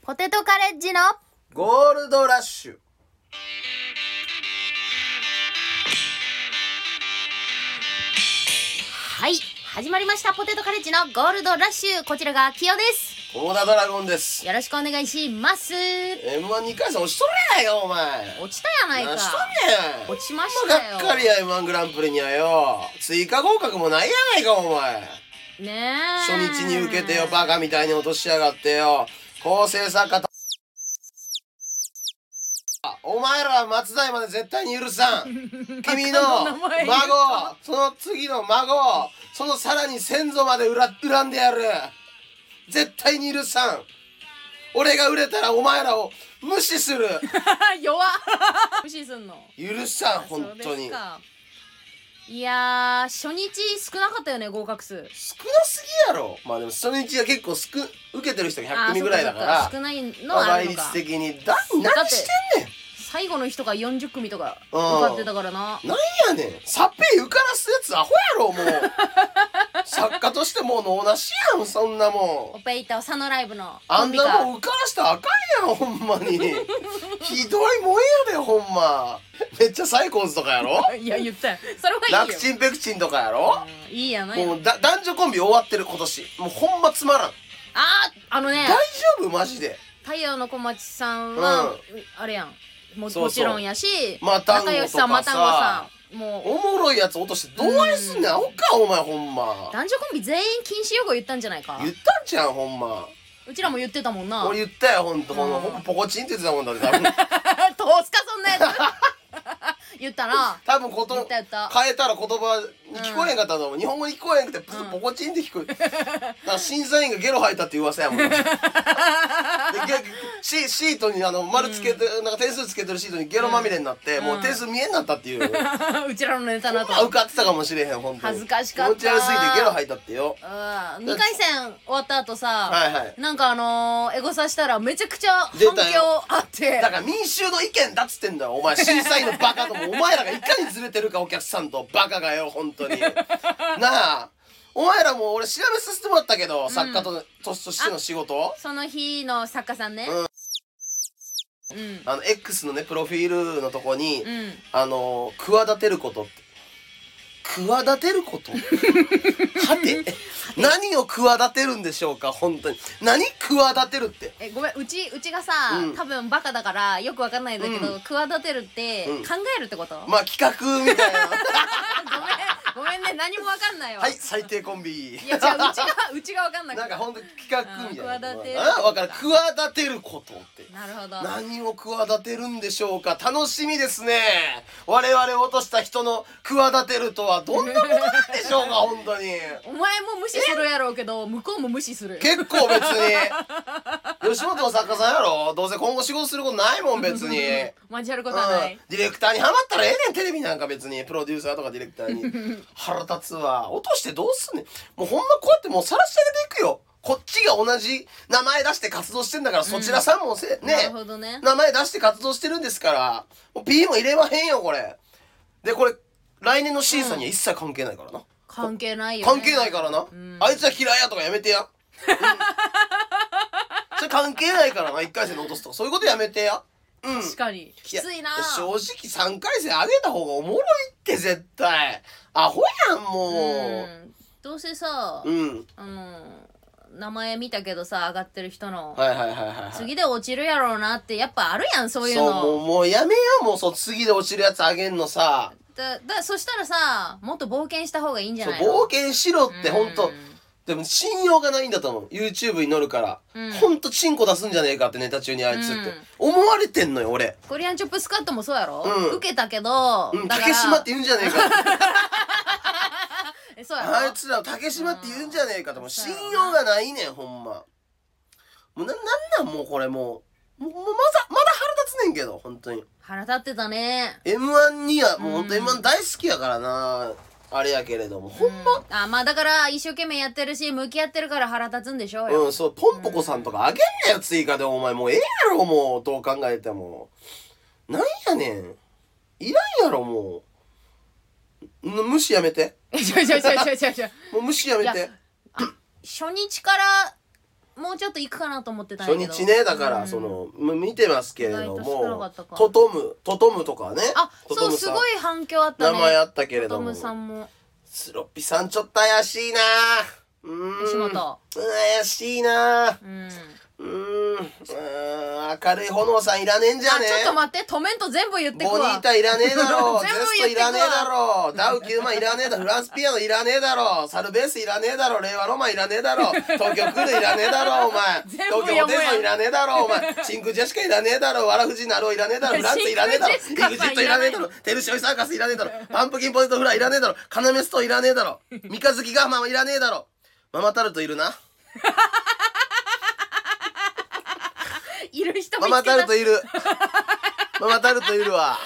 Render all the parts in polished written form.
ポテトカレッジのゴールドラッシュ。 はい、始まりました。ポテトカレッジのゴールドラッシュ。こちらがキヨです。 コーダドラゴンです。 よろしくお願いします。 M12 回戦落ちとるやないかお前。 落ちたやないか。 何しとんねん。 落ちましたよ。 がっかりや M1 グランプリにはよ。追加合格もないやないかお前。 ねえ。 初日に受けてよ、バカみたいに落としやがってよ。構成作家お前らは松代まで絶対に許さん。君の孫、その次の孫、そのさらに先祖まで恨んでやる。絶対に許さん。俺が売れたらお前らを無視する。 弱っ。無視すんの許さん、本当に。 いやー、初日少なかったよね、合格数。 少なすぎやろ。まあでも初日は結構受けてる人が100組ぐらいだから、 少ないのはあるのか。 倍率的に何してんねん。 最後の人が40組とか受かってたからな。 なんやねん。サッペイ受からすやつアホやろ、もう。作家としてもう脳なしやん、そんなもん。 オペイター佐野ライブのあんなもん受からしたらあかんやん、ほんまに。ひどいもんやで、ほんま。めっちゃサイコーズとかやろ。 いや、言ったよ。それはいいよ。 ラクチンペクチンとかやろ。 いいやないもう男女コンビ終わってる今年。もうほんまつまらん。 あのね。 大丈夫マジで。 太陽の小町さんは、あれやん。もちろんやし、 仲良しさん、 マタンゴさん。もう。おもろいやつ落としてどうやすんねん、アホか、お前ほんま。 男女コンビ全員禁止用語言ったんじゃないか。 言ったんじゃん、ほんま。 うちらも言ってたもんな。 俺言ったよ、ほんと。ほんまポコチンって言ってたもんだって、多分。 どうすか、そんなやつ。言ったな。 多分変えたら言葉に聞こえへんかったと思う。日本語に聞こえへんくてポコチンって聞こえ。だから審査員がゲロ吐いたっていう噂やもん。でシートに丸つけて、なんか点数つけてるシートにゲロまみれになって、もう点数見えんなったっていう。 うちらのネタなと。 受かってたかもしれへん、ほんとに。 恥ずかしかった。 気持ち悪すぎてゲロ吐いたってよ。 2回戦終わった後さ、なんかエゴサしたらめちゃくちゃ反響あって。 だから民衆の意見だっつってんだよ、お前。審査員のバカども。お前らがいかにずれてるか、お客さんと。バカがよ、ほんとに。なあ。お前らも俺調べさせてもらったけど、作家としての仕事。 その日の作家さんね。 X のね、プロフィールのとこに、企てることって。企てることはて何を企てるんでしょうか、本当に。何企てるって。 ごめん、うちがさ、多分バカだからよくわかんないんだけど、企てるって考えるってこと？ まあ企画みたいな。 ごめんね、何もわかんないわ。 はい、最低コンビ。 いや、じゃあうちがわかんなくて。 なんかほんと企画みたいな。 企てる。 わかる。企てることって。 なるほど。 何を企てるんでしょうか。楽しみですね。我々を落とした人の企てるとはどんなことなんでしょうか、本当に。 お前も無視するやろうけど、向こうも無視する。 結構別に。吉本の作家さんやろ。どうせ今後仕事することないもん、別に。 交わることはない。 ディレクターにハマったらええねん、テレビなんか別に。プロデューサーとかディレクターに。腹立つわ。落としてどうすんねん。もうほんまこうやってもう晒してあげていくよ。こっちが同じ名前出して活動してんだから、そちらさんもね、 なるほどね。 名前出して活動してるんですから、もう P も入れまへんよ、これ。で、これ、来年の審査には一切関係ないからな。 関係ないよ。 関係ないからな。あいつは嫌いやとかやめてや。それ関係ないからな、1回戦で落とすとか。そういうことやめてや。 確かに。きついな。 正直3回戦上げた方がおもろいって絶対。アホやん、もう。 どうせさ、名前見たけどさ、上がってる人の。次で落ちるやろうなって、やっぱあるやん、そういうの。 そう、もうやめよう、もう次で落ちるやつあげんのさ。 そしたらさ、もっと冒険した方がいいんじゃないの？ 冒険しろって、ほんと。でも信用がないんだと思う。YouTube に載るから。ほんとチンコ出すんじゃねえかって、ネタ中にあいつって。思われてんのよ、俺。 コリアンチョップスカットもそうやろ？受けたけど、 竹島って言うんじゃねえか。 そうやろ？ あいつら竹島って言うんじゃねえかって、もう信用がないねん、ほんま。もうなんもうこれもうまだ腹立つねんけど、ほんとに。 腹立ってたね。 M1 には、もうほんと M1 大好きやからな。あれやけれども、ほんま。 まあだから一生懸命やってるし、向き合ってるから腹立つんでしょうよ。 そう、ポンポコさんとかあげんなよ、追加で。お前もうええやろ、もう。どう考えても。なんやねん。いらんやろ、もう。無視やめて。 違う。 もう無視やめて。 初日からもうちょっと行くかなと思ってたんやけど。 初日ね、だからその見てますけれど意外と少なかも、 ったかトトムとかね。 あ、そう、 トトムさんすごい反響あったね。 名前あったけれども、 トムさんも。 スロッピさんちょっと怪しいな。 吉本。 怪しいな。明るい炎さんいらねえんじゃねえ。 ちょっと待って、トメント全部言ってくわ。 ボニータいらねえだろ。ゼ全部ストい言ってくわらねえだろ。ダウ9万いらねえだろ。フランスピアノいらねえだろ。サルベースいらねえだろ。令和ロマンいらねえだろ。東京クルいらねえだろお前。 全部東京ホテイソンいらねえだろお前。真空ジェシカいらねえだろ。わらふじなろいらねえだろ。フランツいらねえだろ。 真空ジェシカさん EXIT いらねえだろ。テルシオイサーカスいらねえだろ。パンプキンポテトフライいらねえだろ。カナメストいらねえだろ。三日月ガーマンいらねえだろ。ママタルトいるな。 いる人ママタルトいる。ママタルトいるわ。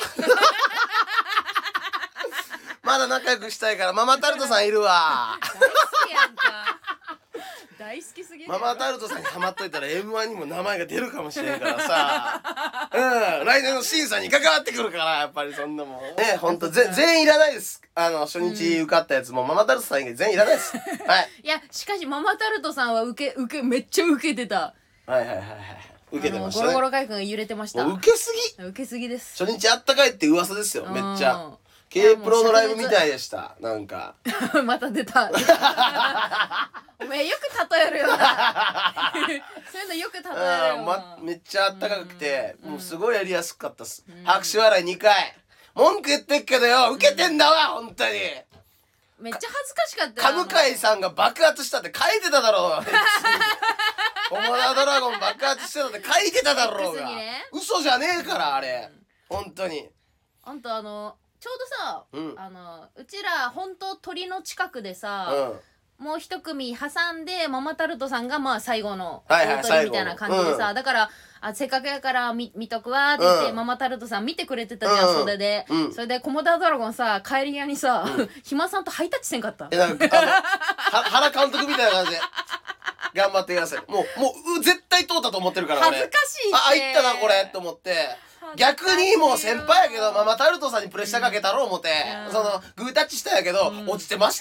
まだ仲良くしたいからママタルトさんいるわ。 大好きやんか。大好きすぎる。 ママタルトさんにハマっといたら M1 にも名前が出るかもしれんからさ。来年の審査に関わってくるからやっぱりそんなもん。ね、ほんと全員いらないです。初日受かったやつもママタルトさん以外全員いらないです。はい。 いや、しかしママタルトさんはめっちゃ受けてた。 はいはいはいはい。受けてましたね。 ゴロゴロ海君が揺れてました。 もう受けすぎ。 受けすぎです。 初日あったかいって噂ですよ、めっちゃ。K プロのライブみたいでした。なんか。 また出た。お前よく例えるよな。そういうのよく例えるよな。 めっちゃあったかくて、もうすごいやりやすかったっす。拍手笑い2回。文句言ってっけどよ、受けてんだわ、本当に。 めっちゃ恥ずかしかったよ。 カムカイさんが爆発したって書いてただろう。コモダドラゴン爆発してたって書いてただろうが。嘘じゃねえから、あれ。本当に。 あんたちょうどさ、うちら本当鳥の近くでさ、もう一組挟んでママタルトさんがまあ最後の大鳥みたいな感じでさ、だからせっかくやから見とくわって言って、ママタルトさん見てくれてたじゃん、袖で。それでコモダドラゴンさ、帰り際にさ、ひまさんとハイタッチせんかった？ なんか原監督みたいな感じで頑張ってください。もう絶対通ったと思ってるから俺。 恥ずかしいって。 あ、いったなこれと思って。逆にもう先輩やけどママタルトさんにプレッシャーかけたろう思って、グータッチしたんやけど、落ちてました。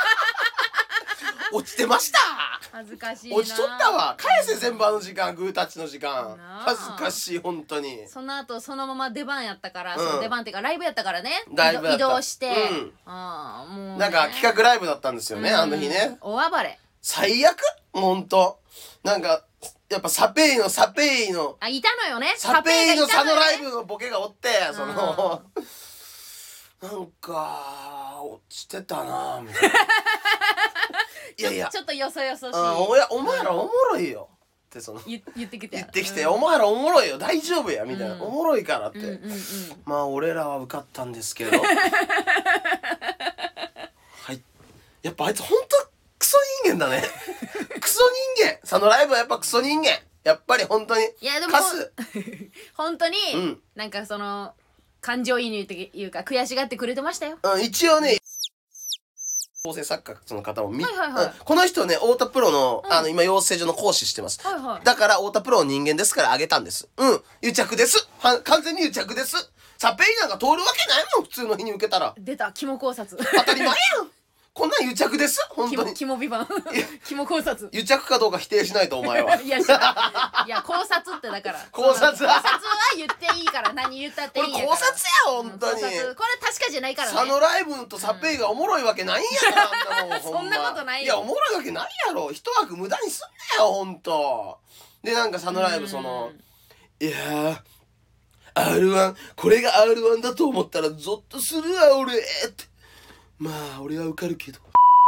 落ちてました。 恥ずかしいな。 落ちとったわ。返せ全部時間、グータッチの時間。恥ずかしい本当に。 その後そのまま出番やったから、その出番っていうかライブやったからね。移動して、 もうなんか企画ライブだったんですよね、あの日ね。 大暴れ。 最悪。本当。なんかやっぱサペイのいたのよね。 サペイの佐野ライブのボケがおって、なんか落ちてたなみたいな。いやちょっとよそよそしい。 お前らおもろいよって言ってきて。 言ってきて、お前らおもろいよ大丈夫やみたいな、おもろいからって。まあ俺らは受かったんですけど。はい。やっぱあいつ本当クソ人間だね。クソ人間。そのライブはやっぱクソ人間。やっぱり本当に。 いやでも本当になんかその感情移入っていうか悔しがってくれてましたよ。 一応ね。構成作家の方もこの人ね、太田プロの今養成所の講師してます。だから太田プロの人間ですからあげたんです。癒着です。完全に癒着です。サペイなんか通るわけないもん、普通の日に受けたら。 出た、肝考察。 当たり前やん。こんなん癒着です。本当に。 肝ビバン。肝考察。 癒着かどうか否定しないとお前は。 いや考察ってだから。 考察は言っていいから、何言ったっていいんやから。 これ考察や本当に。これ確かじゃないからね。 佐野ライブとサペイがおもろいわけないんやから、あんなもん。 そんなことないよ。 いやおもろいわけないやろ。一枠無駄にすんなよ本当。でなんか佐野ライブいやR1 これが R1 だと思ったらゾッとするわ俺って。まあ俺は受かるけど。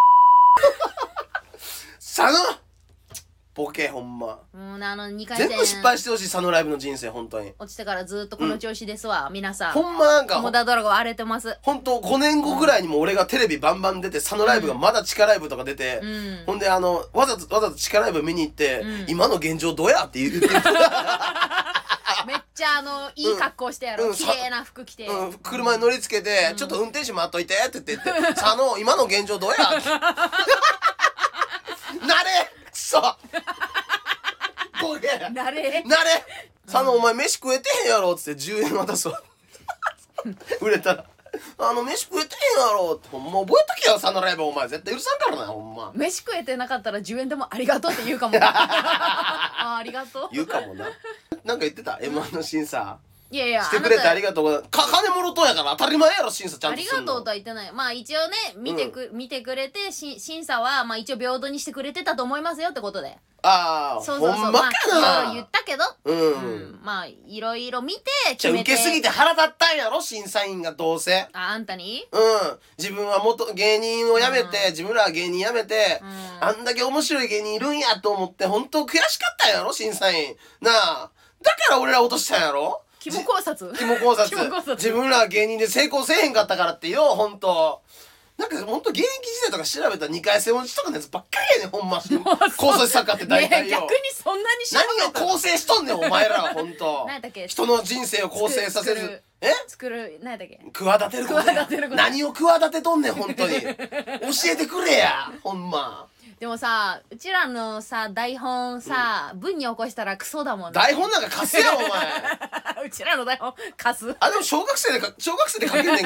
佐野ボケほんま。 2回戦全部失敗してほしい佐野ライブの人生本当に。 落ちてからずっとこの調子ですわ、皆さん。 ほんまなんかコモダドラゴン荒れてます。 本当5年後ぐらいにも俺がテレビバンバン出て佐野ライブがまだ地下ライブとか出て、ほんでわざと地下ライブ見に行って、今の現状どうやって言ってる。 めっちゃいい格好してやろ、綺麗な服着て、 車に乗りつけて、ちょっと運転手待っといてって言って佐野今の現状どうや。なれくそボケなれ佐野お前飯食えてへんやろっつって10円渡すわ。売れたら飯食えてへんやろって、ほんま覚えとけよ、佐野ライブ。お前絶対許さんからな、ほんま。 飯食えてなかったら10円でもありがとうって言うかもありがとう言うかもな。なんか言ってた M1 の審査いやいやしてくれてありががとうございます。金もろとうやから当たり前やろ、審査ちゃんありとすんの。 がとうとは言ってない。まあ一応ね見てくれて審査はまあ一応平等にしてくれてたと思いますよってことで。 ああ、 そうそうそう、 ほんまかな。 まあいろいろ言ったけど、 うんまあいろいろ見てじゃあ決めて。 受けすぎて腹立ったんやろ、審査員がどうせ。 あんたに自分は元芸人を辞めて、自分らは芸人辞めて、あんだけ面白い芸人いるんやと思って本当悔しかったんやろ、審査員なあ。だから俺ら落としたんやろ。 肝考察肝考察自分らは芸人で成功せえへんかったからってよ、本当なんか本当現役時代とか調べたら2回戦落ちとかのやつばっかりやねん、ほんま。構成作家って大体よ。 逆にそんなに何を構成しとんねん、お前らは、ほんと。 何やったっけ、 人の人生を構成させず。 作る、何やったっけ、 企てることや。何を企てとんねん、ほんとに。教えてくれや、ほんま。 でもさ、うちらのさ台本さ、文に起こしたらクソだもんね。 台本なんか貸せや、お前。 うちらの台本貸す。 あ、でも小学生で書けんねんから。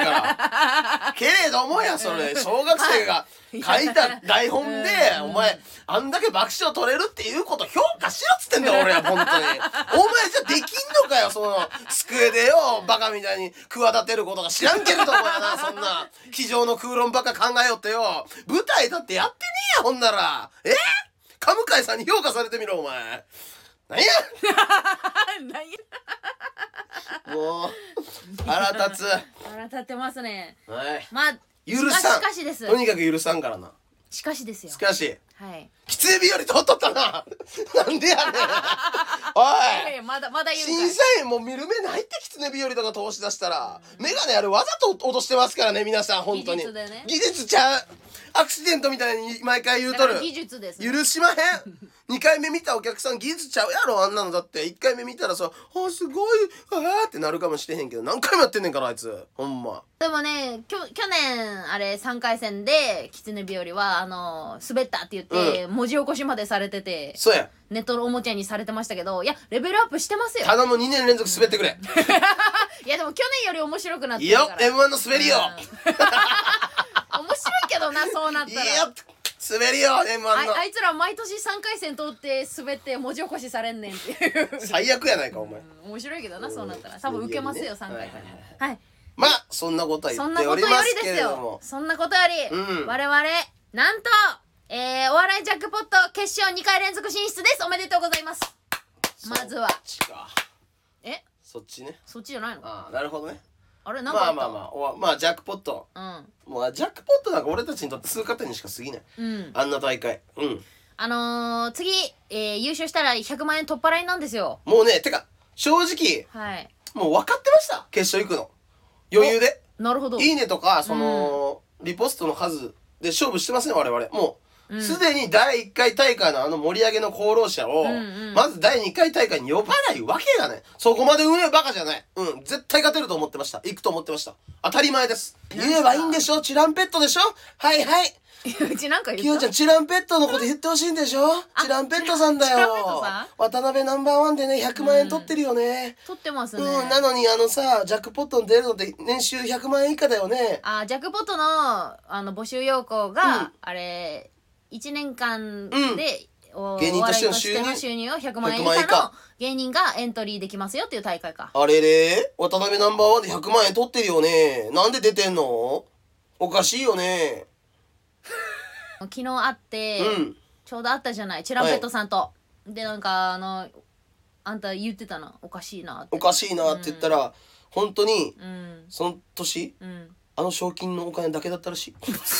けれどもや、それ。小学生が書いた台本で、お前、あんだけ爆笑取れるっていうこと評価しろっつってんだよ、俺は、ほんとに。お前じゃできんのかよ、その、机でよ、バカみたいに企てることが知らんけれどもやな、そんな、机上の空論ばっか考えよってよ。舞台だってやってねえや、ほんなら。カムカイさんに評価されてみろ、お前。何や何やもう、腹立つ。 腹立ってますね。 はい。 まあ、 許さん。 しかしです。 とにかく許さんからな。 しかしですよ。 しかし。 はい。 狐日和通っとったな。なんでやねん。おい。 まだ言うかい。 審査員もう見る目ないって、狐日和とか通し出したら。メガネあれわざと落としてますからね、皆さん、本当に。 技術でね。 技術ちゃう。アクシデントみたいに毎回言うとる。 技術です、 許しまへん。2回目見たお客さん技術ちゃうやろ、あんなの。だって1回目見たらさ、あ、すごい、あーってなるかもしれへんけど、何回もやってんねんから、あいつ。ほんま。 でもね、去年あれ3回戦で狐日和は滑ったって言って、文字起こしまでされてて、 そうや。 ネットのおもちゃにされてましたけど、いやレベルアップしてますよ。 頼む、2年連続滑ってくれ。 いやでも去年より面白くなっていいよ、 るから。 M1 の滑りよ。 面白いけどな、そうなったら。 いいよ、滑りよ、M1 の。 あいつら毎年3回戦通って滑って文字起こしされんねんっていう最悪やないか、お前。 面白いけどな、そうなったら多分受けますよ、3回戦。はい、 まあそんなことは言そんっておりまなことよりすけれどですよも。 そんなことより、我々なんとお笑いジャックポット決勝2回連続進出です。おめでとうございます。まずはそっちね。 そっちじゃないの？ ああ、なるほどね。 あれ、なんかあった？ まあジャックポット。もうジャックポットなんか俺たちにとって通過点にしか過ぎない。あんな大会。 次優勝したら100万円取っ払いなんですよ。 もうね、てか正直もう分かってました、決勝行くの。余裕で。 なるほど。 いいねとかリポストの数で勝負してません、我々。もうすでに第1回大会の盛り上げの功労者をまず第2回大会に呼ばないわけがね。そこまで運営バカじゃない。絶対勝てると思ってました。行くと思ってました。当たり前です。言えばいいんでしょ、チュランペットでしょ。はいはい。 うちなんか言った？ きよちゃん、チュランペットのこと言ってほしいんでしょ。チュランペットさんだよ。渡辺ナンバーワンでね、100万円取ってるよね。 取ってますね。 なのにジャックポットに出るのって年収100万円以下だよね。 ジャックポットの募集要項があれ1年間で芸人としての収入を100万円以下の芸人がエントリーできますよっていう大会か。 あれれ、渡辺ナンバーワンで100万円取ってるよね。なんで出てんの？おかしいよね。 昨日会ってちょうど会ったじゃない、チュランペットさんと。でなんかあんた言ってたな、おかしいなって。 おかしいなって言ったら本当にその年賞金のお金だけだったらしい。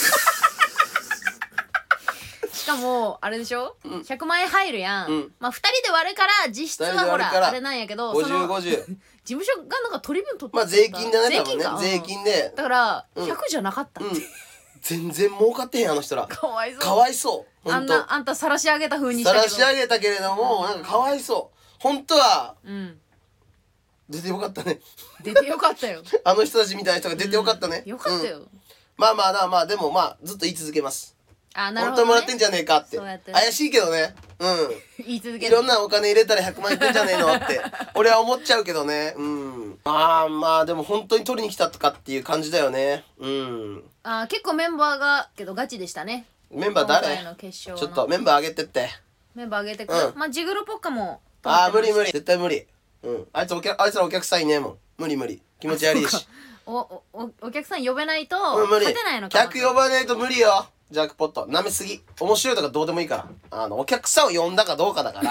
しかもあれでしょ、100万円入るやん。まあ2人で割るから実質はほらあれなんやけど、 50、50。 事務所がなんか取り分取ってまあ税金でね、多分ね。税金で。 だから100じゃなかったって。 全然儲かってへん、あの人ら。 かわいそう。 かわいそう。 あんた晒し上げた風にしたけど。 晒し上げたけれども、なんかかわいそう。本当は出てよかったね。 出てよかったよ。 あの人たちみたいな人が出てよかったね。 よかったよ。 まあでもずっと言い続けます。 なるほどね。 本当にもらってんじゃねえかって。怪しいけどね。 言い続ける。 いろんなお金入れたら100万いくんじゃねえのって俺は思っちゃうけどね。 まあでも本当に取りに来たとかっていう感じだよね。 結構メンバーがけどガチでしたね。 メンバー誰？ 今回の決勝のちょっとメンバー上げてって。 メンバー上げてく。ジグロポッカも無理絶対無理。あいつらお客さんいねえもん。無理気持ち悪いし。 お客さん呼べないと勝てないのか。 客呼ばないと無理よ。ジャックポット舐めすぎ。面白いとかどうでもいいから、お客さんを呼んだかどうかだから。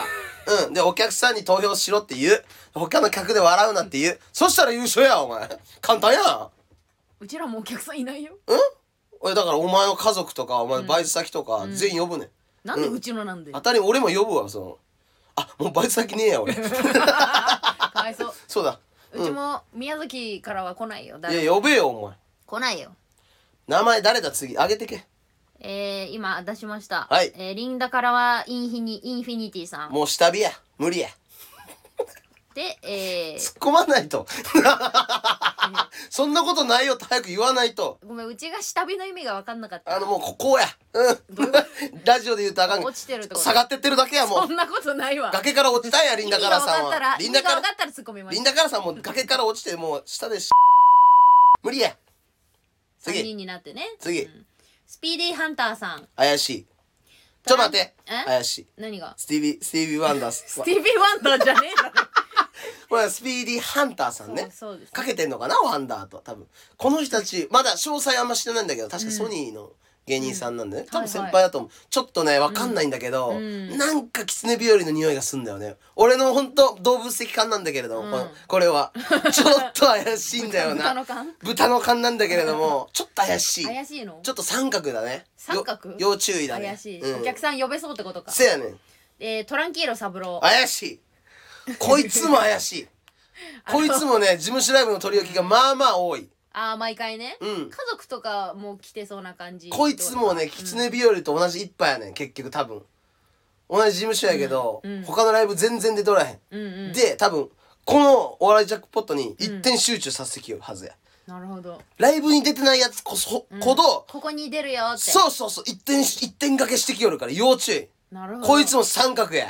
でお客さんに投票しろって言う。他の客で笑うなって言う。そしたら優勝や。お前簡単や。 うちらもお客さんいないよ。 だからお前の家族とかお前のバイト先とか全員呼ぶね。 なんでうちのなんで。 当たり俺も呼ぶわ。もうバイト先ねえや俺。 かわいそう。 そうだ。 うちも宮崎からは来ないよ。 いや呼べよお前。 来ないよ。 名前誰だ次あげてけ。 今出しました。 はい。 リンダからはインフィニティさん。 もう下火や。無理や。 で、 突っ込まないと。そんなことないよって早く言わないと。 ごめん、うちが下火の意味が分かんなかった。 もうこうや。ラジオで言うとあかん。 落ちてるってこと。 下がってってるだけやもう。 そんなことないわ。 崖から落ちたんや、リンダカラさんは。 リンダカラさん突っ込みました。 リンダカラさんも崖から落ちてもう下で無理や。 3人になってね。 次。 スピーディーハンターさん。 怪しい。ちょっと待って。怪しい。 何が？ スティービー・ワンダース。 スティービー・ワンダーじゃねえだろ。 これスピーディーハンターさんね。 そうです。 かけてんのかなワンダーと。多分この人たちまだ詳細あんま知らないんだけど、確かソニーの芸人さんなんでね。多分先輩だと思う。ちょっとねわかんないんだけど、なんか狐日和の匂いがすんだよね。俺のほんと動物的勘なんだけれども、これはちょっと怪しいんだよな。豚の勘なんだけれども、ちょっと怪しい。 怪しいの？ ちょっと三角だね。 三角？ 要注意だね。 怪しい。お客さん呼べそうってことか。 せやねん。トランキーロ三郎。 怪しい。こいつも怪しい。こいつもね、事務所ライブの取り置きがまあまあ多い。 毎回ね。家族とかも来てそうな感じ。 こいつもね、狐日和と同じ一派やねん、結局多分。同じ事務所やけど、他のライブ全然出とらへん。で、多分、このお笑いジャックポットに一点集中させてきよるはずや。 なるほど。 ライブに出てないやつこそ、 ここに出るよって。 そう、一点掛けしてきよるから要注意。 なるほど。 こいつも三角や。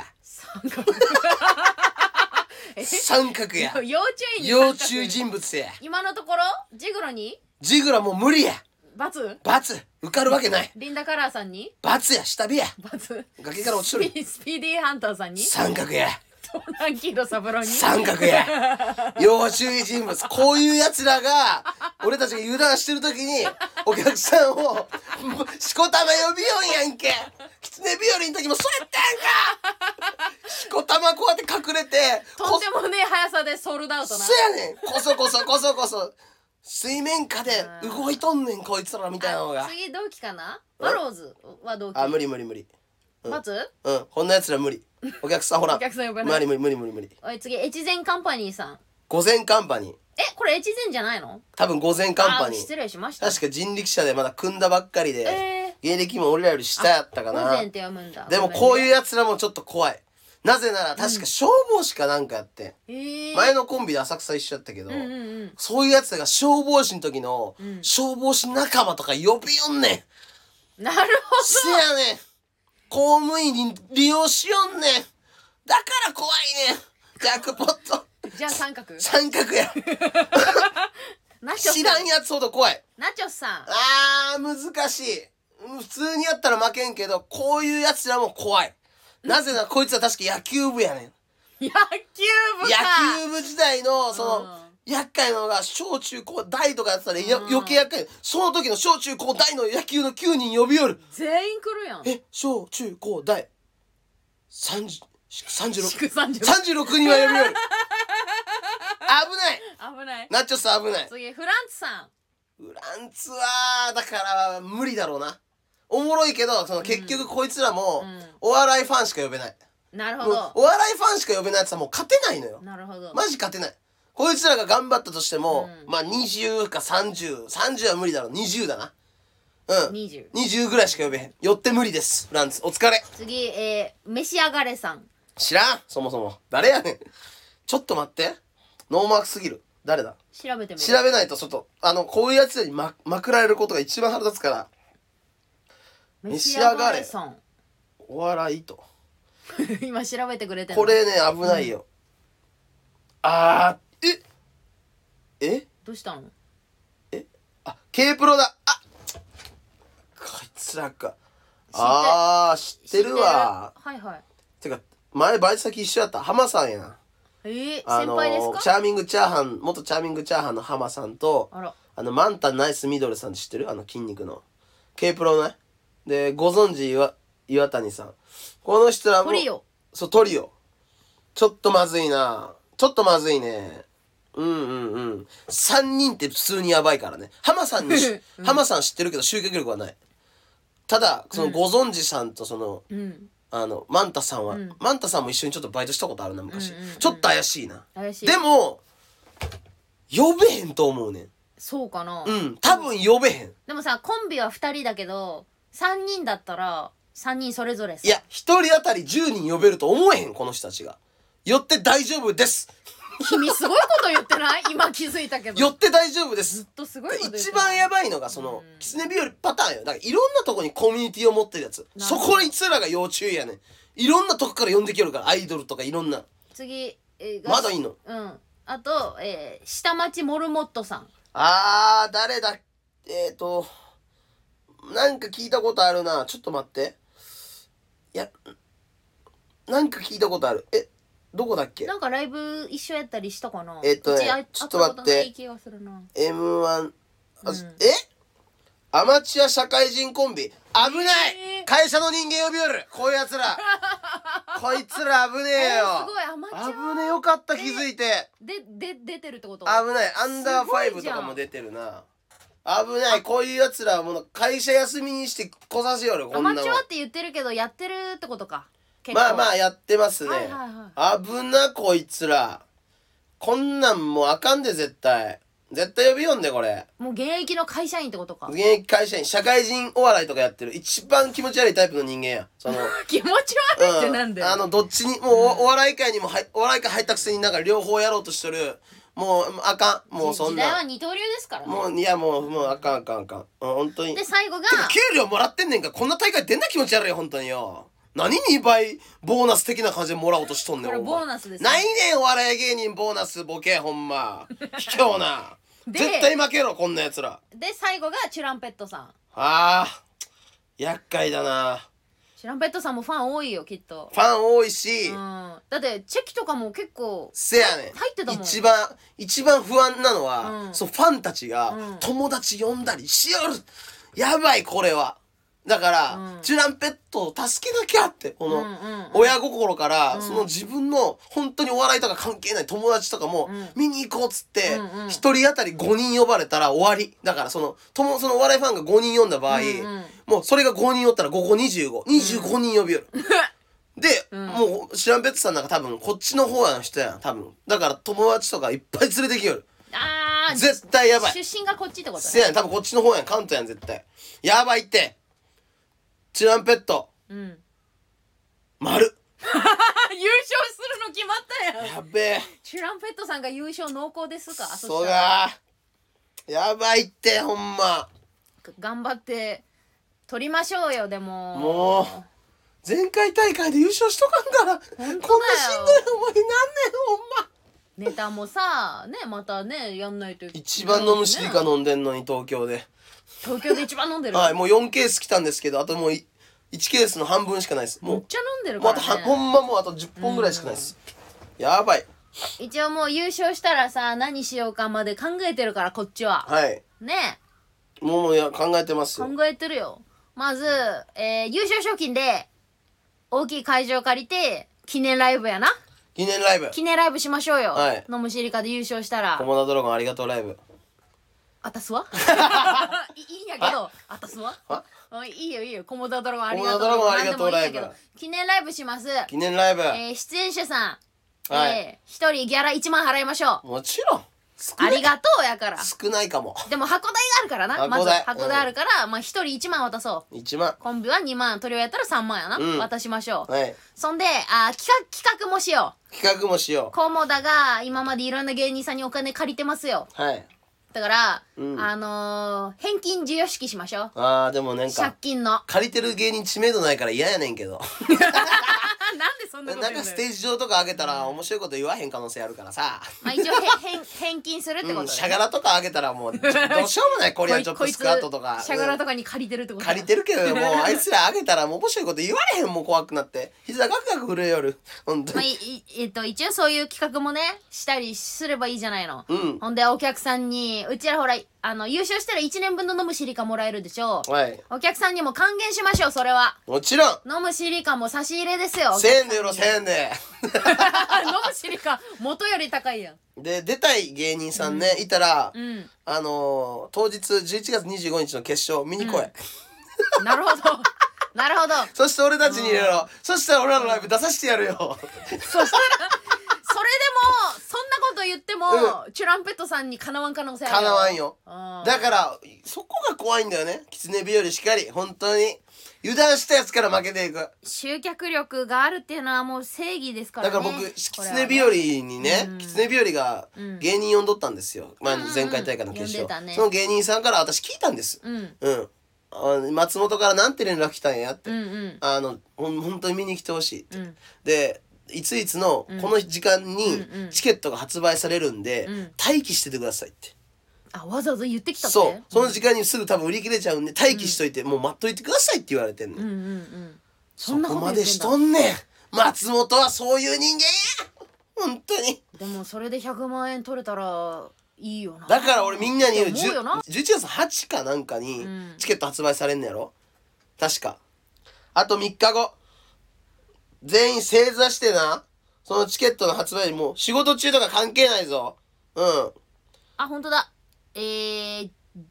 三角や。要注意人物や。 今のところジグロに？ ジグロもう無理や。 罰受かるわけない。 リンダカラーさんに？ 罰や、下火や。 崖から落ちとる。 スピーディーハンターさんに？ 三角や。 トランキーロサブロに？ 三角や。要注意人物。こういう奴らが俺たちが油断してる時にお客さんをしこたま呼びよんやんけ。狐日和の時もそうやったやんか。しこたまこうやって隠れてとんでもねえ速さでソールドアウトな。 そうやねん。こそ水面下で動いとんねんこいつらみたいなのが。 次同期かな？バローズは同期。 無理。 罰？ こんな奴ら無理。お客さんほら。 お客さん呼ばない。 無理。 おい、次越前カンパニーさん。 御前カンパニー。 これ越前じゃないの？ 多分御前カンパニー。 失礼しました。 確か人力車でまだ組んだばっかりで、芸歴も俺らより下やったかな。 御前って読むんだ。 でもこういう奴らもちょっと怖い。なぜなら確か消防士かなんかやって、前のコンビで浅草一緒やったけど、そういう奴らが消防士の時の消防士仲間とか呼びよんねん。なるほど。 せやねん。公務員に利用しよんねん。だから怖いねん。ジャックポット。 じゃあ三角や。知らんやつほど怖い。 ナチョスさん。 難しい。普通にやったら負けんけど、こういうやつらも怖い。なぜならこいつは確か野球部やねん。 野球部時代の厄介なのが小中高大とかやってたら余計厄介。その時の小中高大の野球の9人呼び寄る。 全員来るやん。 小中高大36 36人は呼び寄る。危ない。ナッチョス危ない。 次フランツさん。 フランツはだから無理だろうな。おもろいけど結局こいつらもお笑いファンしか呼べない。 なるほど。 お笑いファンしか呼べないやつはもう勝てないのよ。 なるほど。 マジ勝てない。こいつらが頑張ったとしても、まあ20か30は無理だろう。20だな。20ぐらいしか呼べへん。よって無理です。フランツお疲れ。 次召し上がれさん。 知らん。そもそも誰やねん。ちょっと待って。ノーマークすぎる。誰だ？ 調べてみる。 調べないとちょっとこういうやつにまくられることが一番腹立つから。召し上がれさん。お笑いと。 今調べてくれてる。 これね危ないよ。 どうしたの？ K プロだ。こいつらか。知ってるわ。 はいはい。 てか前バイト先一緒やった浜さんやん。 先輩ですか？ チャーミングチャーハン、元チャーミングチャーハンの浜さんと、マンタンナイスミドルさんって知ってる？筋肉の K プロね。でご存知岩谷さん、この人らもトリオ。ちょっとまずいな。ちょっとまずいね。3人って普通にやばいからね。浜さん知ってるけど集客力はない。ただそのご存知さんとその、マンタさんは、マンタさんも一緒にちょっとバイトしたことあるな昔、ちょっと怪しいな。でも呼べへんと思うねん。 そうかな。 多分呼べへん。 でもさ、コンビは2人だけど3人だったら3人それぞれさ。 いや、1人当たり10人呼べると思えへん、この人たちが。よって大丈夫です。 君すごいこと言ってない？今気づいたけど。 よって大丈夫です。 ずっとすごいこと言ってない？ 一番やばいのがそのキツネ日和パターンよ。だからいろんなとこにコミュニティを持ってるやつ。そこいつらが要注意やねん。いろんなとこから呼んできよるから、アイドルとかいろんな。 次、 まだいいの？ あと、下町モルモットさん。 誰だ？なんか聞いたことあるな。ちょっと待って。いや、なんか聞いたことある。どこだっけ？ なんかライブ一緒やったりしたかな。 ちょっと待って。M1、アマチュア社会人コンビ。危ない、会社の人間呼びよる。こういうやつら。こいつら危ねえよ。 すごい、アマチュア。 危ねえ、よかった気づいて。 出てるってこと？ 危ない。アンダー5とかも出てるな。危ない。こういうやつらはもう会社休みにして来させよる。こんなアマチュアって言ってるけどやってるってことか。 まあやってますね。危な、こいつら。こんなんもうあかんで、絶対呼びよんで、これ。 もう現役の会社員ってことか。 現役会社員、社会人お笑いとかやってる一番気持ち悪いタイプの人間や。その気持ち悪いってなんで？ どっちにもうお笑い界にもお笑い界入ったくせになんか両方やろうとしてる。もうあかん。もうそんな時代は二刀流ですからね。 もういや、もうあかん。本当に。 で最後が給料もらってんねんから、こんな大会出んな、気持ち悪い。本当によ。何2倍ボーナス的な感じでもらおうとしとんねん。 これボーナスです、 ないねん、お笑い芸人ボーナス、ボケ。ほんま卑怯な。絶対負けろ、こんなやつら。 で最後がチュランペットさん。 厄介だな。 チュランペットさんもファン多いよ、きっと。 ファン多いし、 だってチェキとかも結構せやねん、 入ってたもん。 一番不安なのは、そう、ファンたちが友達呼んだりしよる。やばい、これは。だから、チュランペットを助けなきゃって、この親心から、その自分の本当にお笑いとか関係ない友達とかも見に行こうっつって、一人当たり5人呼ばれたら終わり。だからそのお笑いファンが5人呼んだ場合、もうそれが5人おったら5個25人呼びよる。で、もうチュランペットさんなんか多分こっちの方の人やん、多分。だから友達とかいっぱい連れてきよる。絶対やばい。 出身がこっちってことね。 せやん、多分こっちの方やん、関東やん、絶対。やばいって。チュランペット、丸。優勝するの決まったやん。 やべえ。 チュランペットさんが優勝濃厚ですか？ そうだ。やばいって、ほんま。 頑張って取りましょうよ。でももう前回大会で優勝しとかんから、こんなしんどい思いなんねん、ほんま。 ネタもさね、またねやんないと。 一番飲むシリカ飲んでんのに、東京で一番飲んでる。 はい、もう4ケース来たんですけど、あともう1ケースの半分しかないです。もうめっちゃ飲んでるからね。 ほんまもうあと10本ぐらいしかないです。やばい。 一応もう優勝したらさ、何しようかまで考えてるから、こっちは。 はいね。 もう考えてますよ。 考えてるよ。まず、優勝賞金で大きい会場借りて記念ライブやな。記念ライブしましょうよ。はい。のむしりかで優勝したら。 コモダドラゴンありがとうライブ。 あたすわいいんやけど、あたすわいいよ、コモダドラゴンありがとう。コモダドラゴンありがとうライブ。記念ライブします。 記念ライブ。 出演者さん、一人ギャラ1万払いましょう。 もちろん。 ありがとうやから。 少ないかも。 でも箱代があるからな。まず箱代あるから、まあ一人1万渡そう。 1万。 コンビは2万、トリオやったら3万やな。渡しましょう。 はい。 そんで、企画もしよう。企画もしよう。 コモダが今までいろんな芸人さんにお金借りてますよ。 はい。 だから、返金授与式しましょう。 でもなんか借金の借りてる芸人知名度ないから嫌やねんけどでそんなこと言うんだよ。 なんかステージ上とか上げたら面白いこと言わへん可能性あるからさ。 まあ一応返金するってことね。 シャガラとか上げたらもうどうしようもないコリアンチョップスクワットとか。 シャガラとかに借りてるってこと。 借りてるけどもうあいつら上げたらもう面白いこと言われへんもん怖くなって膝ガクガク震えよる本当に。 一応そういう企画もねしたりすればいいじゃないの。ほんでお客さんにうちらほら優勝したら1年分の飲むシリカもらえるでしょ。 はい。 お客さんにも還元しましょうそれは。 もちろん。 飲むシリカも差し入れですよ。 1000円で売ろう1000円で。 飲むシリカ元より高いやん。 で出たい芸人さんね、いたら、 うん当日11月25日の決勝見に来い、 なるほどなるほど。 そして俺たちに入れろ、そしたら俺らのライブ出させてやるよ。 そしたらそれでもそんなこと言っても、チュランペットさんにかなわん可能性あるよ。 かなわんよ。だからそこが怖いんだよね。狐日和しかり本当に油断したやつから負けていく。 集客力があるっていうのはもう正義ですからね。 だから僕狐日和にね、狐日和が芸人呼んどったんですよ、前回大会の決勝、その芸人さんから私聞いたんです。松本からなんて連絡来たんやって、本当に見に来てほしいって、でいついつのこの時間にチケットが発売されるんで待機しててくださいって。 わざわざ言ってきたって。 そう、その時間にすぐ多分売り切れちゃうんで待機しといて、もう待っといてくださいって言われてんの。そこまでしとんねん。松本はそういう人間や本当に。 でもそれで100万円取れたらいいよな。 だから俺みんなに言う、11月8かなんかにチケット発売されんのやろ確か。あと3日後全員正座してな、そのチケットの発売にもう仕事中とか関係ないぞ。 本当だ。11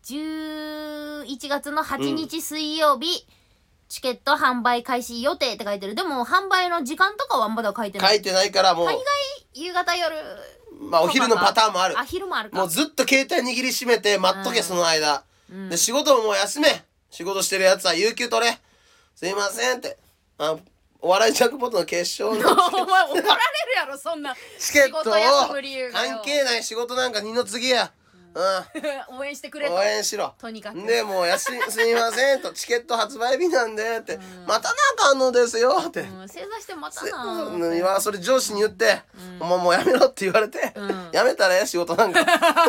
月の8日水曜日、チケット販売開始予定って書いてる。でも販売の時間とかはまだ書いてない。 書いてないからもう。 大概夕方夜。 まあお昼のパターンもある。 昼もあるか。 もうずっと携帯握りしめて待っとけ、その間。で仕事ももう休め。仕事してるやつは有給取れ。すいませんって。お笑いジャックポットの決勝のお前怒られるやろそんなチケットを関係ない仕事なんか二の次や。 応援してくれと。 応援しろ。 とにかくでもうすいませんとチケット発売日なんでってまたなあかんのですよって正座してまたなそれ上司に言ってもうやめろって言われてやめたら仕事なんか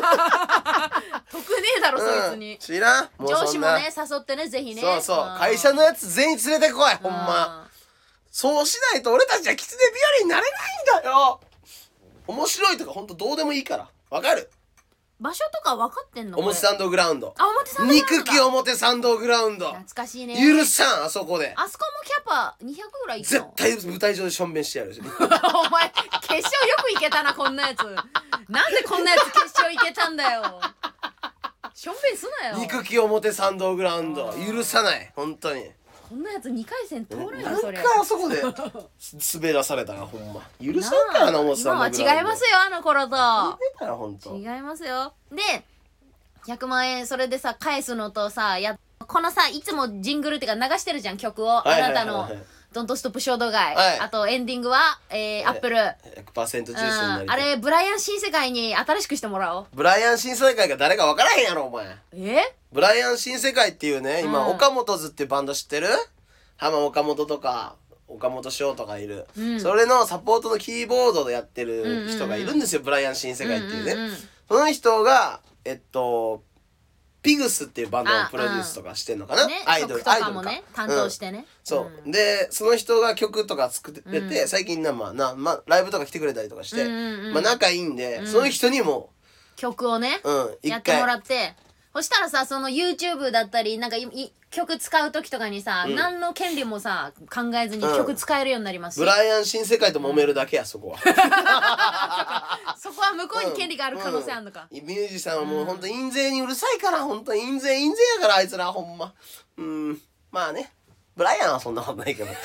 得ねえだろそいつに。 知らん。 上司もね誘ってねぜひね。 そうそう会社のやつ全員連れてこいほんま。そうしないと俺たちは狐日和になれないんだよ。面白いとかほんとどうでもいいからわかる。 場所とか分かってんの？ 表参道グラウンド。 表参道グラウンド。 憎き表参道グラウンド。 懐かしいね。 許さんあそこで。 あそこもキャパ200ぐらいいくの？ 絶対舞台上でしょんべんしてやるし。 お前決勝よく行けたなこんなやつ。なんでこんなやつ決勝行けたんだよ。しょんべんすなよ。 憎き表参道グラウンド許さない本当に。 こんなやつ2回戦通らんよそれ。 なんかあそこで滑らされたらほんま許さんからな表参道グラウンド。 今は違いますよあの頃と。 違いますよ。で100万円それでさ返すのとさこのさいつもジングルってか流してるじゃん曲を、あなたの「ドントストップ衝動買い」あとエンディングはアップル 100% ジュースになりたい。 あれブライアン新世界に新しくしてもらおう。 ブライアン新世界が誰か分からへんやろお前。ブライアン新世界っていうね今岡本図っていうバンド知ってる？浜岡本とか岡本翔とかいる、それのサポートのキーボードでやってる人がいるんですよ、ブライアン新世界っていうね、その人がピグスっていうバンドをプロデュースとかしてんのかな、アイドルとかもね担当してね、 そうでその人が曲とか作ってて、最近ライブとか来てくれたりとかして、仲いいんで、その人にも曲をね、やってもらって、そしたらさその YouTube だったりなんか曲使う時とかにさ、何の権利もさ考えずに曲使えるようになりますし、 ブライアン新世界と揉めるだけやそこはそこは向こうに権利がある可能性あるのか、 ミュージシャンはもうほんと印税にうるさいから、ほんと印税やからあいつらほんままあねブライアンはそんなことないけど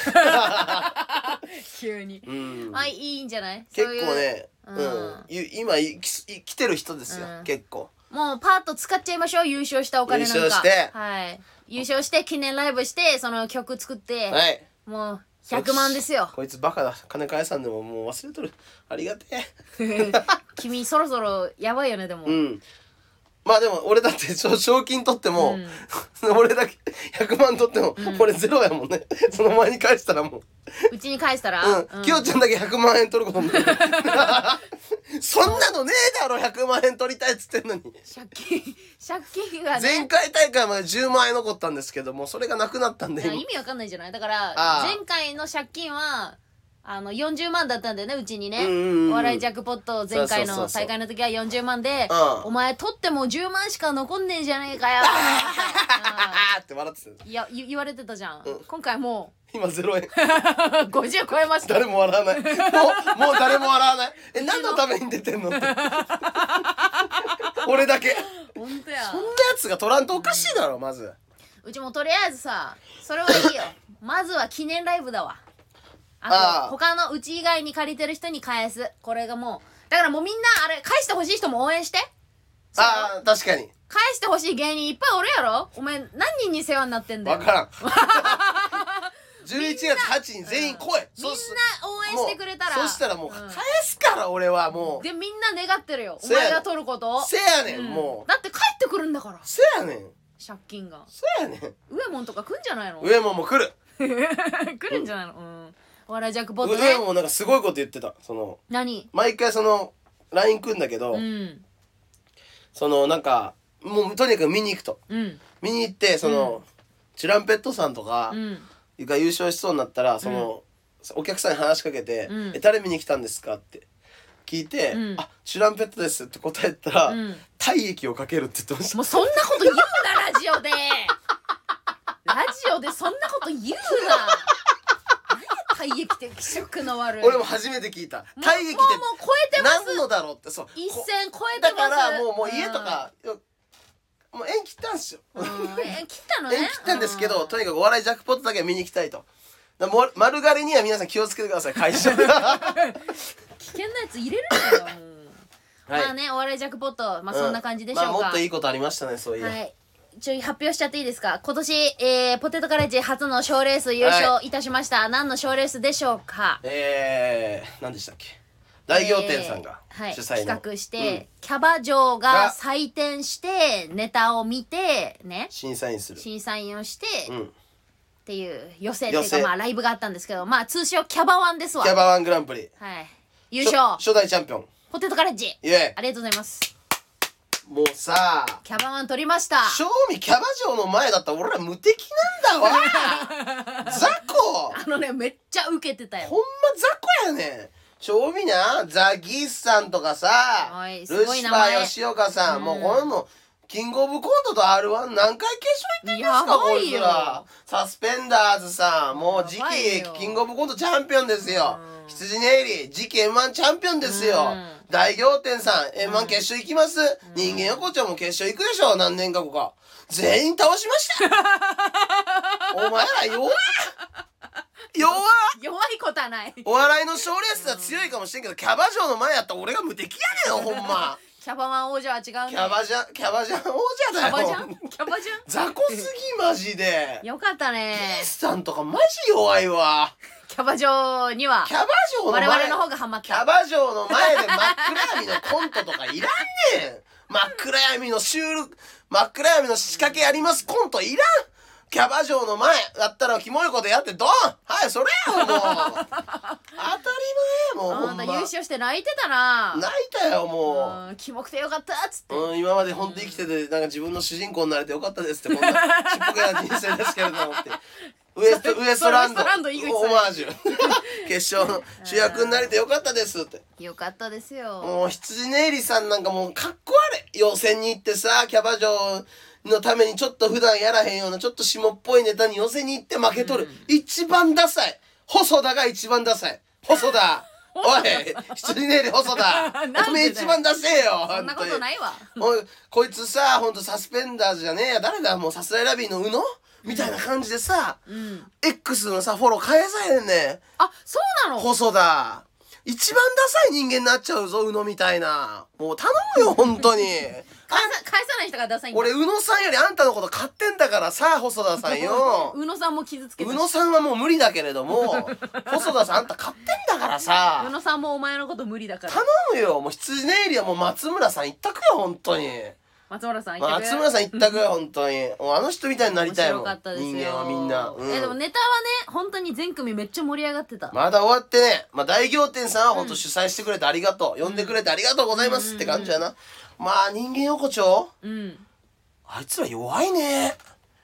急にいいんじゃない？ 結構ね今来てる人ですよ、結構もうパーッと使っちゃいましょう。優勝したお金なんか優勝して、 優勝して記念ライブしてその曲作って、もう100万ですよ。 こいつバカだ金返さんでももう忘れとる。ありがてえ君そろそろやばいよね。でもまあでも俺だって賞金取っても、俺だけ100万取っても、俺ゼロやもんね。その前に返したらもうちに返したらきよちゃんだけ100万円取ることになる。そんなのねえだろ、100万円取りたいっつってんのに。 借金がね。 前回大会まで10万円残ったんですけども、それがなくなったんで。 意味わかんないじゃない。だから前回の借金は40万だったんだよね、うちにね。お笑いジャックポット前回の大会の時は40万で、お前取っても10万しか残んねえじゃねえかよって笑ってた。 いや、言われてたじゃん。今回もう今0円。 50超えました。 誰も笑わない。もう誰も笑わない。何のために出てんのって。俺だけ。 ほんとや。 そんなやつが取らんとおかしいだろ、まず。 うちもとりあえずさ、それはいいよ。まずは記念ライブだわ。あと他のうち以外に借りてる人に返す。これがもうだからもうみんなあれ返してほしい人も応援して。 確かに返してほしい芸人いっぱいおるやろ。お前何人に世話になってんだよ。 分からん。11月8日全員来い。 みんな応援してくれたら。 そしたらもう返すから俺はもう。 でみんな願ってるよ、お前が取ることを。 せやねん、もうだって帰ってくるんだから。 せやねん、 借金が。 せやねん。 上門とか来んじゃないの。 上門も来る。 来るんじゃないの。お笑いジャックポットね。 上門もなんかすごいこと言ってた。 何毎回LINE 来んだけど、なんかもうとにかく見に行くと、見に行ってチュランペットさんとかが優勝しそうになったらお客さんに話しかけて「誰見に来たんですか?」って聞いて「あ、チュランペットです」って答えたら体液をかけるって言ってました。 もうそんなこと言うな、ラジオで。ラジオでそんなこと言うな。体液って気色の悪い。 俺も初めて聞いた。体液ってもう超えてます。 何のだろうって。そう、 一線超えてます。 だからもう家とかもう縁切ったんすよ。 縁切ったのね。 縁切ったんですけど、とにかくお笑いジャックポットだけは見に行きたいと。丸刈りには皆さん気をつけてください、会社。 危険なやつ入れるんだよ。まあね、お笑いジャックポット、まあそんな感じでしょうか。 もっといいことありましたね、そういう。 はい。発表しちゃっていいですか。今年、ポテトカレッジ初の賞レース優勝いたしました。何の賞レースでしょうか。 何でしたっけ。大仰天さんが主催の、 企画して、キャバ嬢が採点してネタを見てね、 審査員をして、っていう予選っていうか、まあライブがあったんですけど、まあ通称キャバワンですわ。 キャバワングランプリ、 優勝初代チャンピオンポテトカレッジ。 イエーイ、 ありがとうございます。 もうさ、 キャバワン取りました。 正味キャバ嬢の前だったら俺ら無敵なんだわ。雑魚。 めっちゃウケてたよ。 ほんま雑魚やねん。正味な、ザ・ギースさんとかさ、ルシファー吉岡さん、もうこれもキングオブコントと R1 何回決勝行ってんですか、こいつら。サスペンダーズさん、もう次期キングオブコントチャンピオンですよ。羊ネイリ次期 M1 チャンピオンですよ。大仰天さん M1 決勝行きます。人間横丁も決勝行くでしょ、何年か後か。全員倒しました。お前ら弱いことはない。 お笑いの賞レースは強いかもしれんけど、キャバ嬢の前やったら俺が無敵やねん、ほんま。 キャバワン王者は違うね。 キャバジャン王者だよ。雑魚すぎマジで。 よかったね。 ギースさんとかマジ弱いわ。 キャバ嬢にはキャバ嬢の前、 我々の方がハマった。 キャバ嬢の前で真っ暗闇のコントとかいらんねん。真っ暗闇の真っ暗闇の仕掛けやりますコントいらん。キャバ嬢の前だったらキモいことやってドン、はい、それよ、もう当たり前、もうほんま。 優勝して泣いてたな。 泣いたよ、もうキモくてよかったっつって。 今まで本当生きててなんか自分の主人公になれてよかったですって、こんなちっぽけな人生ですけれどもって。ウエストランドオマージュ。決勝の主役になれてよかったですって。 よかったですよ。 もう羊ネイリさんなんかもうかっこ悪い。予選に行ってさ、キャバ嬢のためにちょっと普段やらへんようなちょっと下っぽいネタに寄せに行って負けとる、一番ダサい。細田が一番ダサい。細田おい、羊ネイリ細田おめえ一番ダセえよ。 そんなことないわ。 こいつさ、ほんとサスペンダーズじゃねえや、誰だ、もうさすらいラビーの宇野みたいな感じでさ、X のさフォロー返さへんねん。 あ、そうなの。 細田一番ダサい人間になっちゃうぞ、宇野みたいな。もう頼むよ、本当に。 返さない人がダサいんだ。 俺宇野さんよりあんたのこと買ってんだからさ、細田さんよ。 宇野さんも傷つけた。 宇野さんはもう無理だけれども、細田さんあんた買ってんだからさ。 宇野さんもお前のこと無理だから頼むよ。もう羊ネイリはもう松村さん一択よ、本当に。 松村さん一択。 松村さん一択本当にあの人みたいになりたいもん。 面白かったですよ。 人間はみんな、 でもネタはね本当に全組めっちゃ盛り上がってた。 まだ終わってね。大仰天さんは本当主催してくれてありがとう、呼んでくれてありがとうございますって感じやな。人間横丁、あいつら弱いね。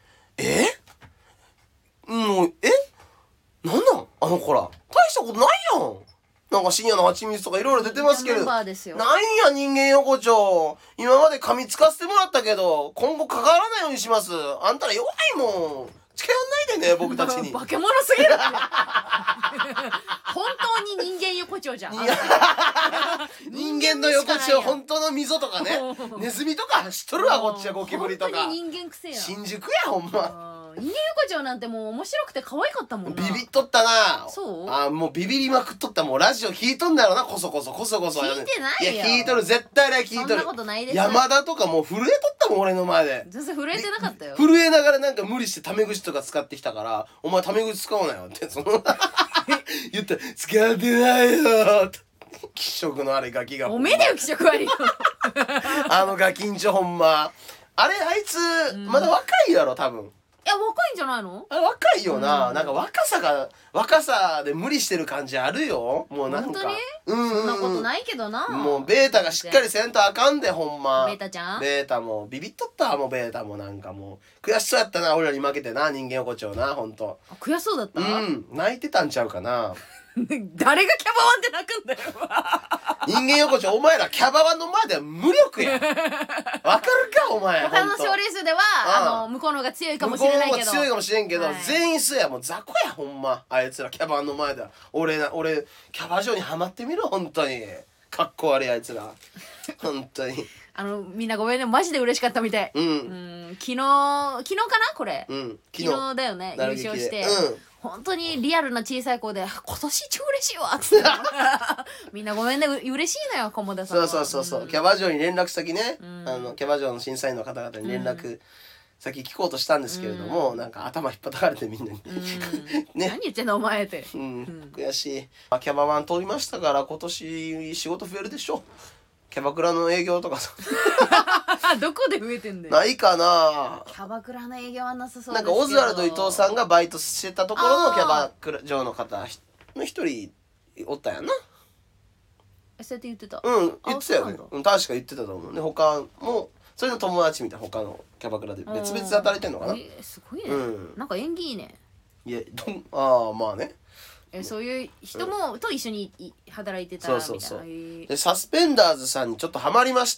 もうなんなんあの子ら、大したことないやん。なんか深夜の蜂蜜とかいろいろ出てますけど、なんや人間横丁、今まで噛みつかせてもらったけど今後関わらないようにします。あんたら弱いもん。近寄んないでね僕たちに。 化け物すぎるって本当に人間横丁じゃん。 人間の横丁、本当の溝とかねネズミとか知っとるわこっちは。ゴキブリとか本当に人間くせえな。 新宿やほんま。 人間横丁なんてもう面白くて可愛かったもんな。 ビビっとったな。 そうもうビビりまくっとった。もうラジオ聞いとんだろうな。こそこそ聞いてないよ。 いや聞いとる、絶対聞いとる。 そんなことないです。 山田とかもう震えとったもん俺の前で。 全然震えてなかったよ。 震えながらなんか無理してタメ口とか使ってきたから、お前タメ口使うなよって言ったら使ってないよって。気色のあれガキが。 おめでよ気色悪いよ。 ガキんちょほんま。あいつまだ若いやろ多分。 いや若いんじゃないの？ 若いよな。なんか若さで無理してる感じあるよ。もうなんか本当にそんなことないけどな。 もうベータがしっかりせんとあかんでほんま。 ベータちゃん、 ベータもビビっとったわ。もうベータもなんかもう悔しそうやったな。俺らに負けてな。人間横丁な。ほんと悔しそうだった。 泣いてたんちゃうかな。 誰がキャバワンって泣くんだよ。 人間横丁お前らキャバワンの前では無力や。わかるかお前。 他の賞レースでは向こうの方が強いかもしれないけど。 向こうの方が強いかもしれんけど、全員そうや。もう雑魚やほんま。あいつらキャバワンの前では。俺キャバ嬢にハマってみろ本当に。かっこ悪いあいつら。本当に。 みんなごめんね、マジで嬉しかったみたい。昨日かなこれ。昨日だよね、優勝して。本当にリアルな小さい子で今年一嬉しいわっつってみんなごめんね、嬉しいのよ菰田さんは。 そうキャバ嬢に連絡先ね、キャバ嬢の審査員の方々に連絡先聞こうとしたんですけれども、なんか頭引っ叩かれてみんなに何言ってんのお前って。 悔しい。キャバワン通りましたから今年仕事増えるでしょう。キャバクラの営業とかさどこで増えてんだよ。 ないかな。 キャバクラの営業はなさそうですけど。 なんかオズワルド伊藤さんがバイトしてたところのキャバクラ嬢の方の一人おったやんな。 そうやって言ってた。 言ってたよね。確か言ってたと思うね。他もそれの友達みたいな他のキャバクラで別々で働いてんのかな。 すごいね。なんか縁起いいね。 いやまあね。 そういう人もと一緒に働いてたみたいな。 そうでサスペンダーズさんにちょっとハマりました。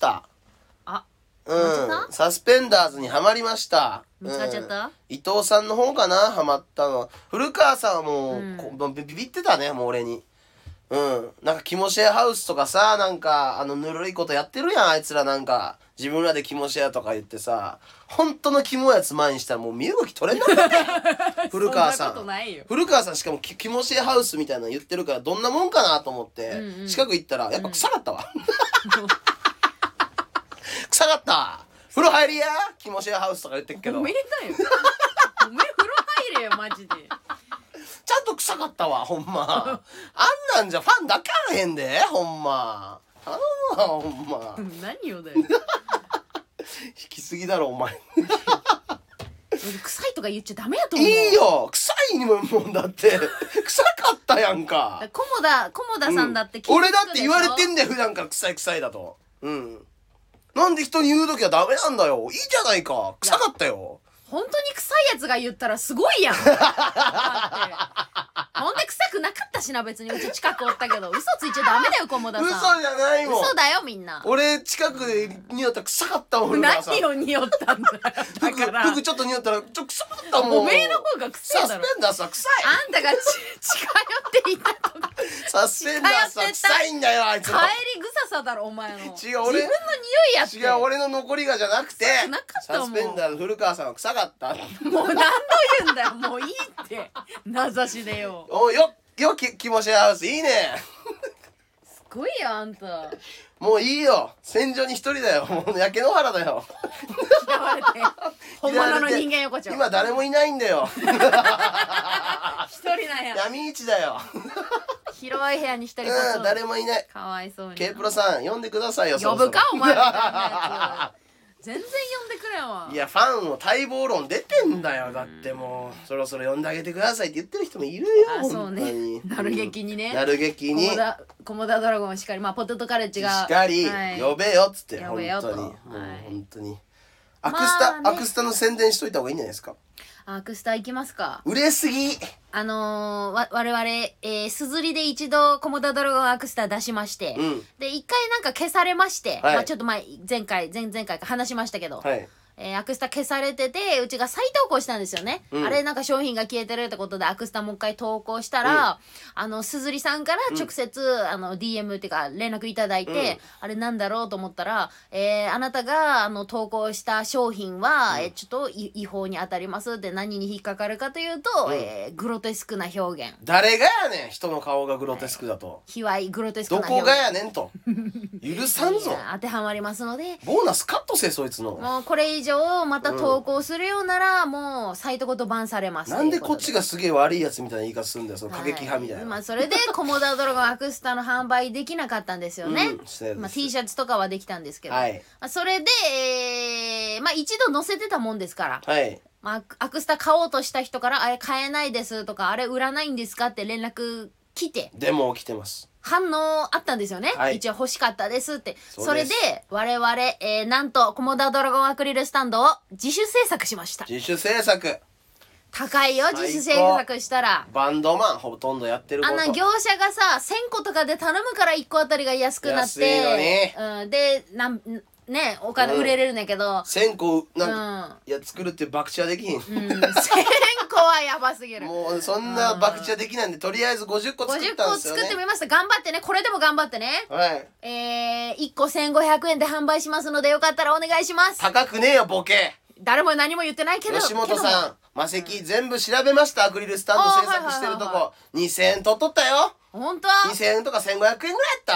サスペンダーズにハマりました。 見つかっちゃった？ 伊藤さんの方かなハマったの。古川さんはもうビビってたねもう俺に。なんかキモシェアハウスとかさ、なんかぬるいことやってるやんあいつら。なんか自分らでキモシェアとか言ってさ、本当のキモいやつ前にしたらもう身動き取れんなかったよ古川さん。古川さんしかもキモシェアハウスみたいなの言ってるからどんなもんかなと思って近く行ったらやっぱ臭かったわ。臭かった。風呂入りやキモシェアハウスとか言ってっけど。 おめでたいよ。おめえ風呂入れよマジで。 ちゃんと臭かったわほんま。あんなんじゃファンだけあれへんでほんま。頼むわほんま。 何をだよ。 引きすぎだろお前。 臭いとか言っちゃダメやと思う。 いいよ臭いにもんだって臭かったやんか。 菰田さんだって、 俺だって言われてんだよ普段から臭いだと。なんで人に言うときはダメなんだよ。いいじゃないか。臭かったよ。 本当に臭いやつが言ったらすごいやん。だってほんで臭くなかったしな別に。うち近くおったけど嘘ついちゃダメだよ菰田さん。 嘘じゃないもん。 嘘だよみんな。 俺近くで匂ったら臭かったもん。 何を匂ったんだよ。だから服ちょっと匂ったら臭かったもん。 おめえの方が臭いだろ。 サスペンダーズは臭い。 あんたが近寄っていたとか。 サスペンダーズは臭いんだよあいつの。 帰り臭さだろお前の。違う自分の匂いやって。 違う俺の残りがじゃなくてサスペンダーズ古川さんは臭かった。 もう何度言うんだよ。もういいって名指しでよ。 キモシェアハウスいいね。 すごいよあんた。 もういいよ戦場に一人だよ。もう焼け野原だよ。 嫌われて本物の人間横丁。 今誰もいないんだよ。 一人なんや。 闇市だよ。 広い部屋に一人誰もいない。 かわいそうに。 K プロさん呼んでくださいよ。 呼ぶかお前みたいなやつ。 全然呼んでくれよ。 いやファンも待望論出てんだよ。だってもうそろそろ呼んであげてくださいって言ってる人もいるよ。 あ、そうね。なる劇にね。 なる劇にコモダドラゴンしっかり、まあポテトカレッジがしっかり呼べよっつって、 呼べよと。 本当にもう本当にアクスタの宣伝しといた方がいいんじゃないですか。 アクスタ行きますか。 売れすぎ。 我々、すずりで一度コモダドラゴンアクスタ出しまして、で一回なんか消されまして、まあちょっと前々回か話しましたけど、アクスタ消されてて、うちが再投稿したんですよね。あれなんか商品が消えてるってことでアクスタもう一回投稿したら、すずりさんから直接、DM っていうか連絡いただいて、あれなんだろうと思ったら、あなたが投稿した商品は、ちょっと違法に当たりますって何に引っかかるかというと、グロテスクな表現。 誰がやねん、人の顔がグロテスクだと。 卑猥グロテスクな表現。 どこがやねんと。許さんぞ。 当てはまりますので。 ボーナスカットせ、そいつの。 もうこれ以上また投稿するようなら、もうサイトごとバンされます。 なんでこっちがすげえ悪いやつみたいな言い方するんだよ、その過激派みたいな。 まあそれでコモダドラゴンアクスタの販売できなかったんですよね。まあ T シャツとかはできたんですけど、まあそれで、まあ一度載せてたもんですから、まあアクスタ買おうとした人からあれ買えないですとかあれ売らないんですかって連絡来て、 でも来てます。 反応あったんですよね、一応欲しかったですって。それで我々、なんとコモダドラゴンアクリルスタンドを自主制作しました。 自主制作高いよ、自主制作したら。 バンドマンほとんどやってること。 業者がさ1000個とかで頼むから1個あたりが安くなって、でね、お金売れれるんだけど、 1000個いや作るって博打はできひん。 1000個はやばすぎる。 もうそんな博打はできないんで、とりあえず50個作ったんですよね。 50個作ってみました。頑張ってね、これでも頑張ってね。1個1500円で販売しますのでよかったらお願いします。 高くねえよボケ。 誰も何も言ってないけど。 吉本さん、魔石全部調べました。アクリルスタンド制作してるとこ2000円取っとったよ。 本当 ？2000円とか1500円ぐらいやった。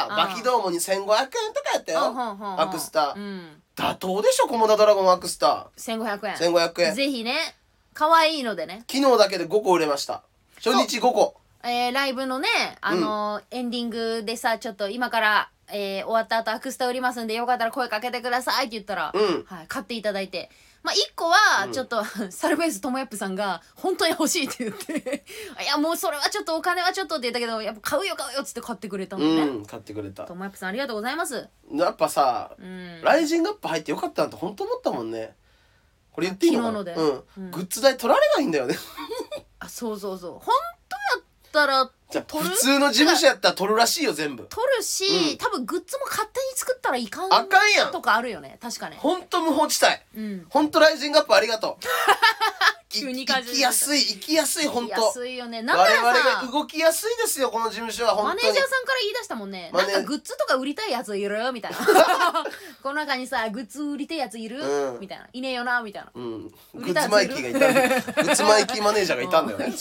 バキドーも2500円とかやったよ。アクスタ妥当でしょ、コモダドラゴンアクスタ。 1500円。 1500円。 ぜひね、可愛いのでね。 昨日だけで5個売れました。初日5個。 ライブのね、エンディングでさ、ちょっと今から終わった後アクスタ売りますんでよかったら声かけてくださいって言ったら、買っていただいて、まあ1個はちょっと、サルベースともやっぷさんが本当に欲しいって言っていやもうそれはちょっとお金はちょっとって言ったけど、やっぱ買うよっつって買ってくれたもんね。 買ってくれた。 ともやっぷさんありがとうございます。 やっぱさ、ライジングアップ入ってよかったなって本当思ったもんね。これ言っていいのかな。グッズ代取られないんだよね。 あ、そう本当やったら普通の事務所やったら取るらしいよ、全部取るし、多分グッズも勝手に作ったらいかんあかんやんとかあるよね。確かね。 ほんと無法地帯。ほんとライジングアップありがとう。 急に行きやすいほんと。 安いよね。 我々が動きやすいですよ、この事務所は。本当にマネージャーさんから言い出したもんね。なんかグッズとか売りたいやついるみたいな。この中にさ、グッズ売りたいやついるみたいな。いねえよなみたいな。 グッズマイキーがいたんだよ。グッズマイキーマネージャーがいたんだよね。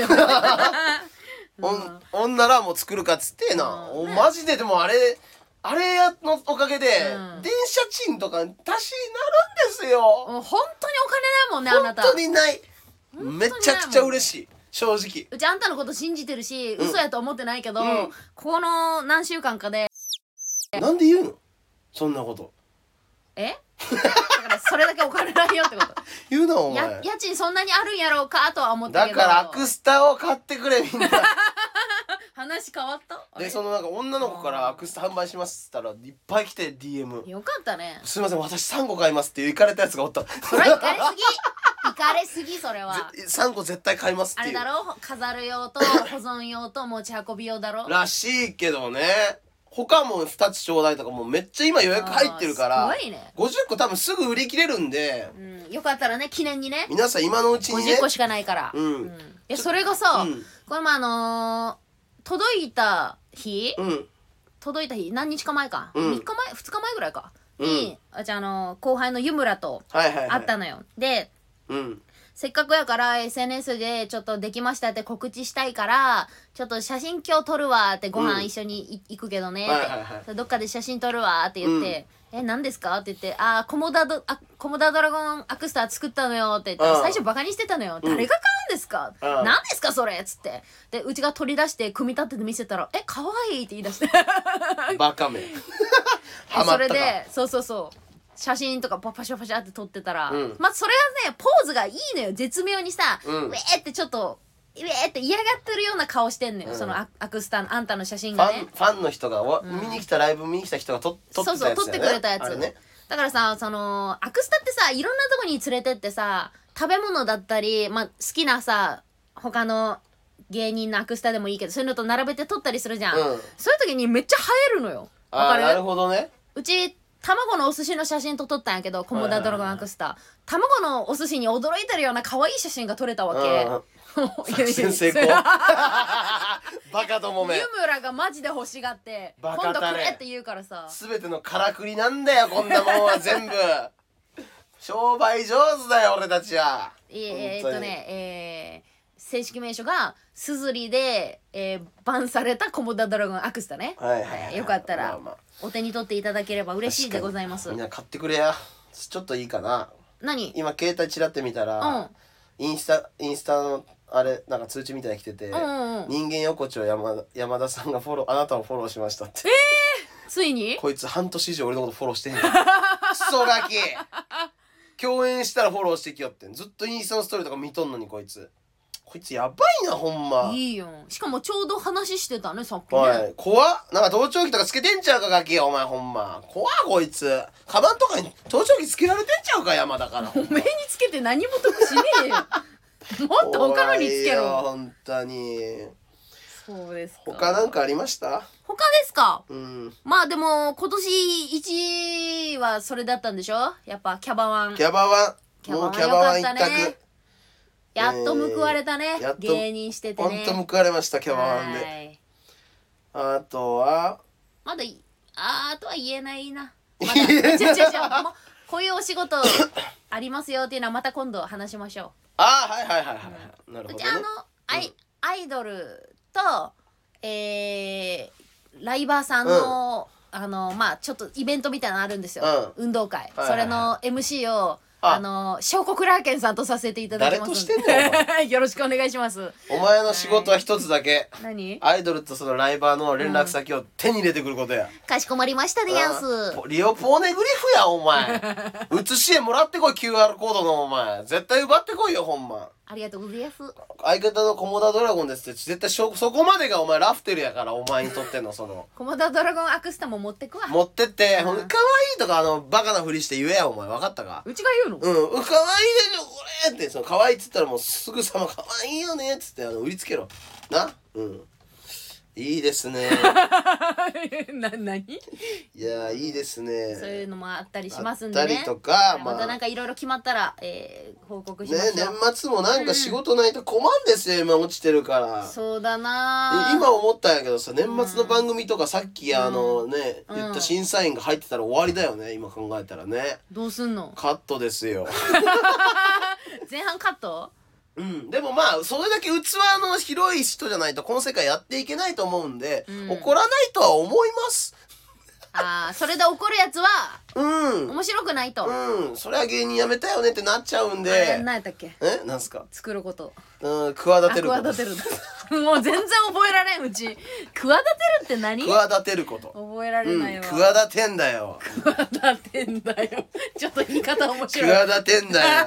ほんならもう作るかっつってな。マジで。でもあれのおかげで電車賃とか足しになるんですよ。 本当にお金ないもんね、あなた。 本当にない。めちゃくちゃ嬉しい、正直。 うちあんたのこと信じてるし、嘘やと思ってないけど、この何週間かで。 なんで言うのそんなこと。 だからそれだけお金ないよってこと。 言うなお前。 家賃そんなにあるんやろうかとは思ったけど。 だからアクスタを買ってくれ、みんな。 話変わった？ でそのなんか女の子からアクスタ販売しますって言ったらいっぱい来て DM。 よかったね。 すいません、私3個買いますって行かれたやつがおった。 それは行かれすぎそれは。 3個絶対買いますっていう。 あれだろ、飾る用と保存用と持ち運び用だろ。 らしいけどね。他も2つちょうだいとかもうめっちゃ今予約入ってるから、 すごいね。 50個多分すぐ売り切れるんで、 よかったらね、記念にね。 皆さん今のうちにね。 50個しかないから。それがさ、これも届いた日何日か前か、3日前2日前ぐらいかに、じゃあ後輩の湯村と会ったのよ。で、せっかくやから SNS でちょっとできましたって告知したいからちょっと写真今日撮るわってご飯一緒に行くけどねってどっかで写真撮るわって言って何ですかって言ってコモダドラゴンアクスター作ったのよって言ったら最初バカにしてたのよ。誰が買うんですか何ですかそれっつってでうちが取り出して組み立てて見せたら可愛いって言い出してバカめそれでそう写真とかパシャパシャって撮ってたら、 うん、 まあそれはねポーズがいいのよ。絶妙にさ、ウェーってちょっとウェーって嫌がってるような顔してんのよ、そのアクスタあんたの写真がね。 ファンの人が見に来たライブ見に来た人が撮ってたやつだよね。 そうそう、撮ってくれたやつ、ね、だからさ、そのアクスタってさいろんなとこに連れてってさ、食べ物だったり、まあ、好きなさ他の芸人のアクスタでもいいけど、そういうのと並べて撮ったりするじゃん、そういう時にめっちゃ映えるのよ。わかる？ なるほどね。 うち卵のお寿司の写真と撮ったんやけど、コモダドラゴンアクスタ、卵のお寿司に驚いてるような可愛い写真が撮れたわけ。 作戦成功。バカどもめ。 湯村がマジで欲しがって今度くれって言うからさ、 全てのからくりなんだよこんなもんは全部。商売上手だよ俺たちは。 正式名称がすずりで、バンされたコモダドラゴンアクスタね。よかったらお手に取っていただければ嬉しいでございます。 みんな買ってくれや。ちょっといいかな。 何？ 今携帯チラって見たら、インスタのあれなんか通知みたいに来てて、人間横丁山田さんがあなたをフォローしましたって。 ついに？ こいつ半年以上俺のことフォローしてへん。クソガキ。共演したらフォローしてきよってん。ずっとインスタのストーリーとか見とんのにこいつやばいなほんま。 いいよ。しかもちょうど話してたねさっきね。 怖っ。なんか盗聴器とかつけてんちゃうかガキお前ほんま。怖っこいつ。カバンとかに盗聴器つけられてんちゃうか山だから。 おめえにつけて何も得しねえよ。もっと他のにつけろ。 本当に。 そうですか。 他なんかありました？ 他ですか？まあでも今年1位はそれだったんでしょ？やっぱキャバワン。もうキャバワン一択。やっと報われたね。芸人しててね。 ほんと報われましたキャバワンで。あとはまだあとは言えないな。まだこういうお仕事ありますよっていうのはまた今度話しましょう。 はいなるほどね。 うちアイドルとライバーさんのまあちょっとイベントみたいなのあるんですよ。運動会。それの MC を小国ラーケンさんとさせていただきます。誰としてんの？よろしくお願いします。 お前の仕事は一つだけ。 何？ アイドルとそのライバーの連絡先を手に入れてくることや。 かしこまりましたでやんす。 リオポーネグリフやお前。写し絵もらってこい QR コードのお前。絶対奪ってこいよほんま。 ありがとうございます。 相方のコモダドラゴンですって絶対そこまでがお前ラフテルやからお前にとってのそのコモダドラゴンアクスタも持ってくわ。 持ってって可愛いとかバカなふりして言えやお前分かったか？ うちが言うの？ 可愛いでしょこれって可愛いっつったらもうすぐさま可愛いよねっつって売りつけろな。いいですね。 何？ いやいいですね。 そういうのもあったりしますんでね。 あったりとか、 またなんかいろいろ決まったら、報告しましょう。 ね、年末もなんか仕事ないと困んですよ、今落ちてるから。 そうだな。 今思ったんやけどさ、年末の番組とかさっき言った審査員が入ってたら終わりだよね、今考えたらね。 どうすんの？ カットですよ。 前半カット？ でもまあそれだけ器の広い人じゃないとこの世界やっていけないと思うんで、怒らないとは思います。 それで怒るやつは面白くないと。 それは芸人やめたよねってなっちゃうんで。 何やったっけ？ なんすか？ 作ること。 企てること。 企てる。もう全然覚えられんうち。企てるって何？ 企てること。 覚えられないわ。 企てんだよ。 企てんだよ。ちょっと言い方面白い。 企てんだよ。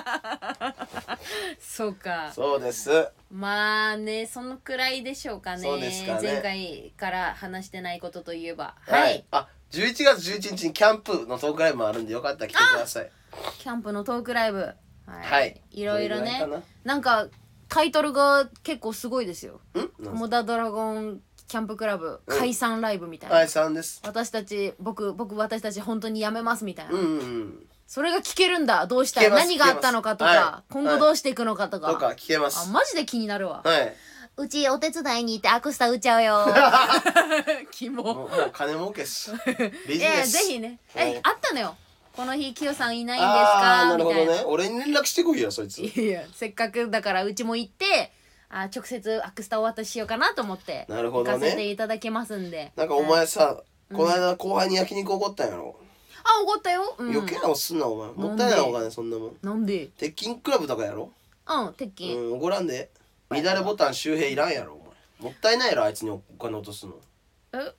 そうか。 そうです。 まあね、そのくらいでしょうかね。 そうですかね。 前回から話してないことといえば。 はい。11月11日にキャンプのトークライブもあるんでよかったら来てください。 キャンプのトークライブ。 はい。 いろいろね。なんかタイトルが結構すごいですよ。コモダドラゴンキャンプクラブ解散ライブみたいな。 解散です。 私たち本当にやめますみたいな。それが聞けるんだ。どうしたい、何があったのかとか、今後どうしていくのかとか。 とか聞けます。 マジで気になるわ。 はい。 うちお手伝いに行ってアクスタ打っちゃうよ。キモ。 もう金儲けっす。ビジネス。 ぜひね。あったのよ。この日キヨさんいないんですか？ なるほどね。俺に連絡してこいよそいつ。 いやせっかくだからうちも行って直接アクスタお渡ししようかなと思って。 なるほどね。 行かせていただけますんで。 なんかお前さ、この間後輩に焼肉おごったんやろ。 おごったよ。 余計なことすんなお前。もったいないお金そんなもん。 なんで？ 鉄筋クラブとかやろ。 鉄筋。 おごらんで。乱れボタン周平いらんやろお前。もったいないやろあいつにお金落とすの。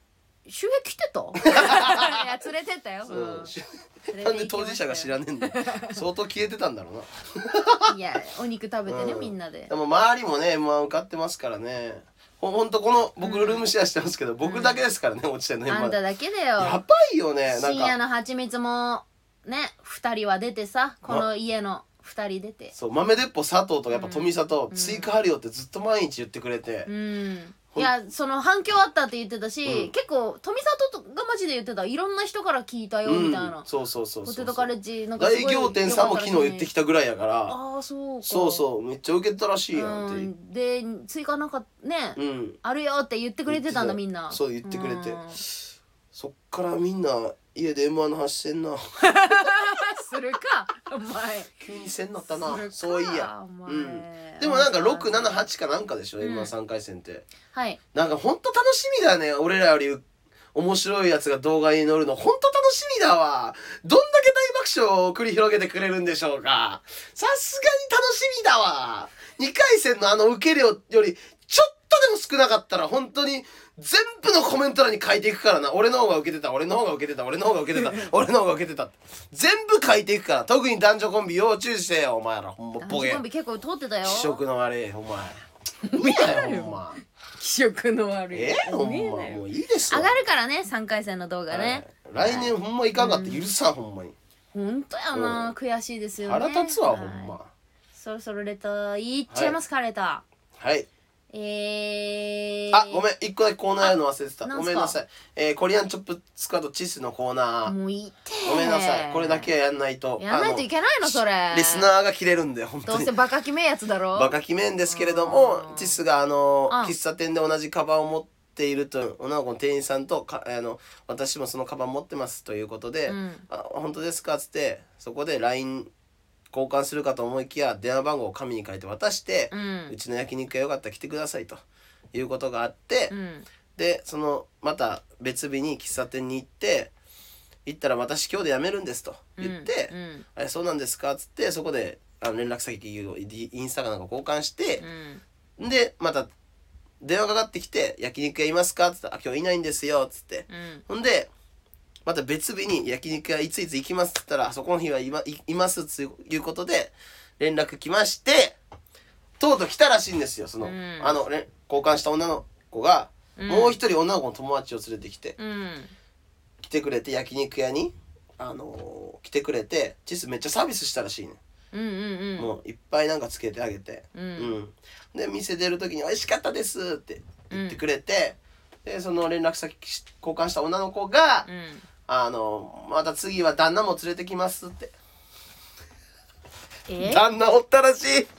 周平来てたいや連れてったよ、 なんで当事者が知らねえんだよ相当消えてたんだろうないやお肉食べてね、みんなで。 でも周りもね M1 受かってますからね。ほんとこの僕ルームシェアしてますけど、僕だけですからね落ちてるの。 あんただけだよ。 やばいよね。 深夜のはちみつもね2人は出てさ、この家の2人出て、 そう豆鉄砲佐藤とやっぱ富里、追加あるよってずっと毎日言ってくれて、 いやその反響あったって言ってたし、結構富里がマジで言ってた、いろんな人から聞いたよみたいな、 そうそうそうそう、 ポテトカレッジなんか大仰天さんも昨日言ってきたぐらいやから、 ああそうか、 そうそうめっちゃ受けてたらしいやんって、 で追加なんかね、あるよって言ってくれてたんだみんな。 そう言ってくれて、そっからみんな家で M1 の話してんなするかお前急にせんなったな、そういや、 でもなんか678かなんかでしょ、M13 回戦って。 はい、 なんかほんと楽しみだね。俺らより面白いやつが動画に載るのほんと楽しみだわ。どんだけ大爆笑を繰り広げてくれるんでしょうか。さすがに楽しみだわ。2回戦の受け量よりちょっとでも少なかったら本当に全部のコメント欄に書いていくからな。俺の方が受けてた、俺の方が受けてた、俺の方が受けてた俺の方が受けてた、全部書いていくから。特に男女コンビ要注意してよお前ら。ほんまボケ、 男女コンビ結構通ってたよ。 気色の悪いお前見たよほんま気色の悪いほんまもういいですよ。 上がるからね3回戦の動画ね、 来年ほんまいかんかって許さん、ほんまにほんとやな、悔しいですよね。 腹立つわほんま。 そろそろレターいっちゃいますか、レター。はい、ごめん1個だけコーナーやるの忘れてた。ごめんなさい。コリアンチョップスクワットチスのコーナーもういいってごめんなさい。これだけはやんないといけないのそれ。 リスナーが切れるんで、本当にどうせバカ決めやつだろ。 バカ決めんですけれども、チスが喫茶店で同じカバンを持っていると女の子の店員さんと私もそのカバン持ってますということで、本当ですかっつって、そこで LINE交換するかと思いきや電話番号を紙に書いて渡して、うちの焼肉がよかったら来てくださいということがあって、でまた別日に喫茶店に行ったら私今日で辞めるんですと言って、そうなんですかっつって、そこで連絡先インスタかなんか交換して、でまた電話かかってきて焼肉屋いますかっつったら今日いないんですよっつって、ほんでまた別日に焼肉屋いついつ行きますっつったら、そこの日はいますということで連絡来まして、とうとう来たらしいんですよ。交換した女の子が、もう一人女の子の友達を連れてきて、来てくれて、焼肉屋に来てくれて、チスめっちゃサービスしたらしいね。もういっぱいなんかつけてあげて、で店出る時に「美味しかったです」って言ってくれて、でその連絡先交換した女の子が、また次は旦那も連れてきますって旦那おったらしい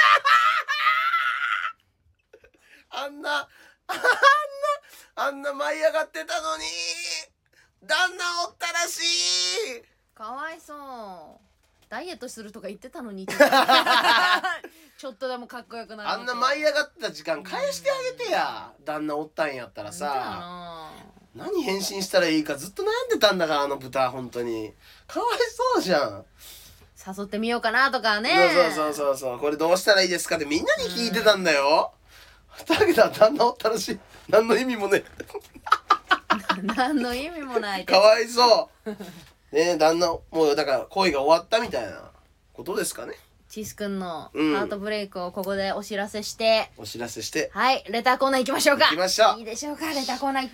あんな舞い上がってたのに旦那おったらしい。 かわいそう。ダイエットするとか言ってたのにちょっとでもかっこよくなる。 あんな舞い上がってた時間返してあげてや、旦那おったんやったらさ。何返信したらいいかずっと悩んでたんだから、あの豚本当にかわいそうじゃん。 誘ってみようかなとかね。 そうこれどうしたらいいですかってみんなに聞いてたんだよ。だけど旦那おったらしい。何の意味もね何の意味もないかわいそうねえ、旦那もうだから恋が終わったみたいなことですかね。 チスくんのハートブレイクをここでお知らせして、はい、レターコーナー行きましょうか。 行きましょう。 いいでしょうか。レターコーナー行って、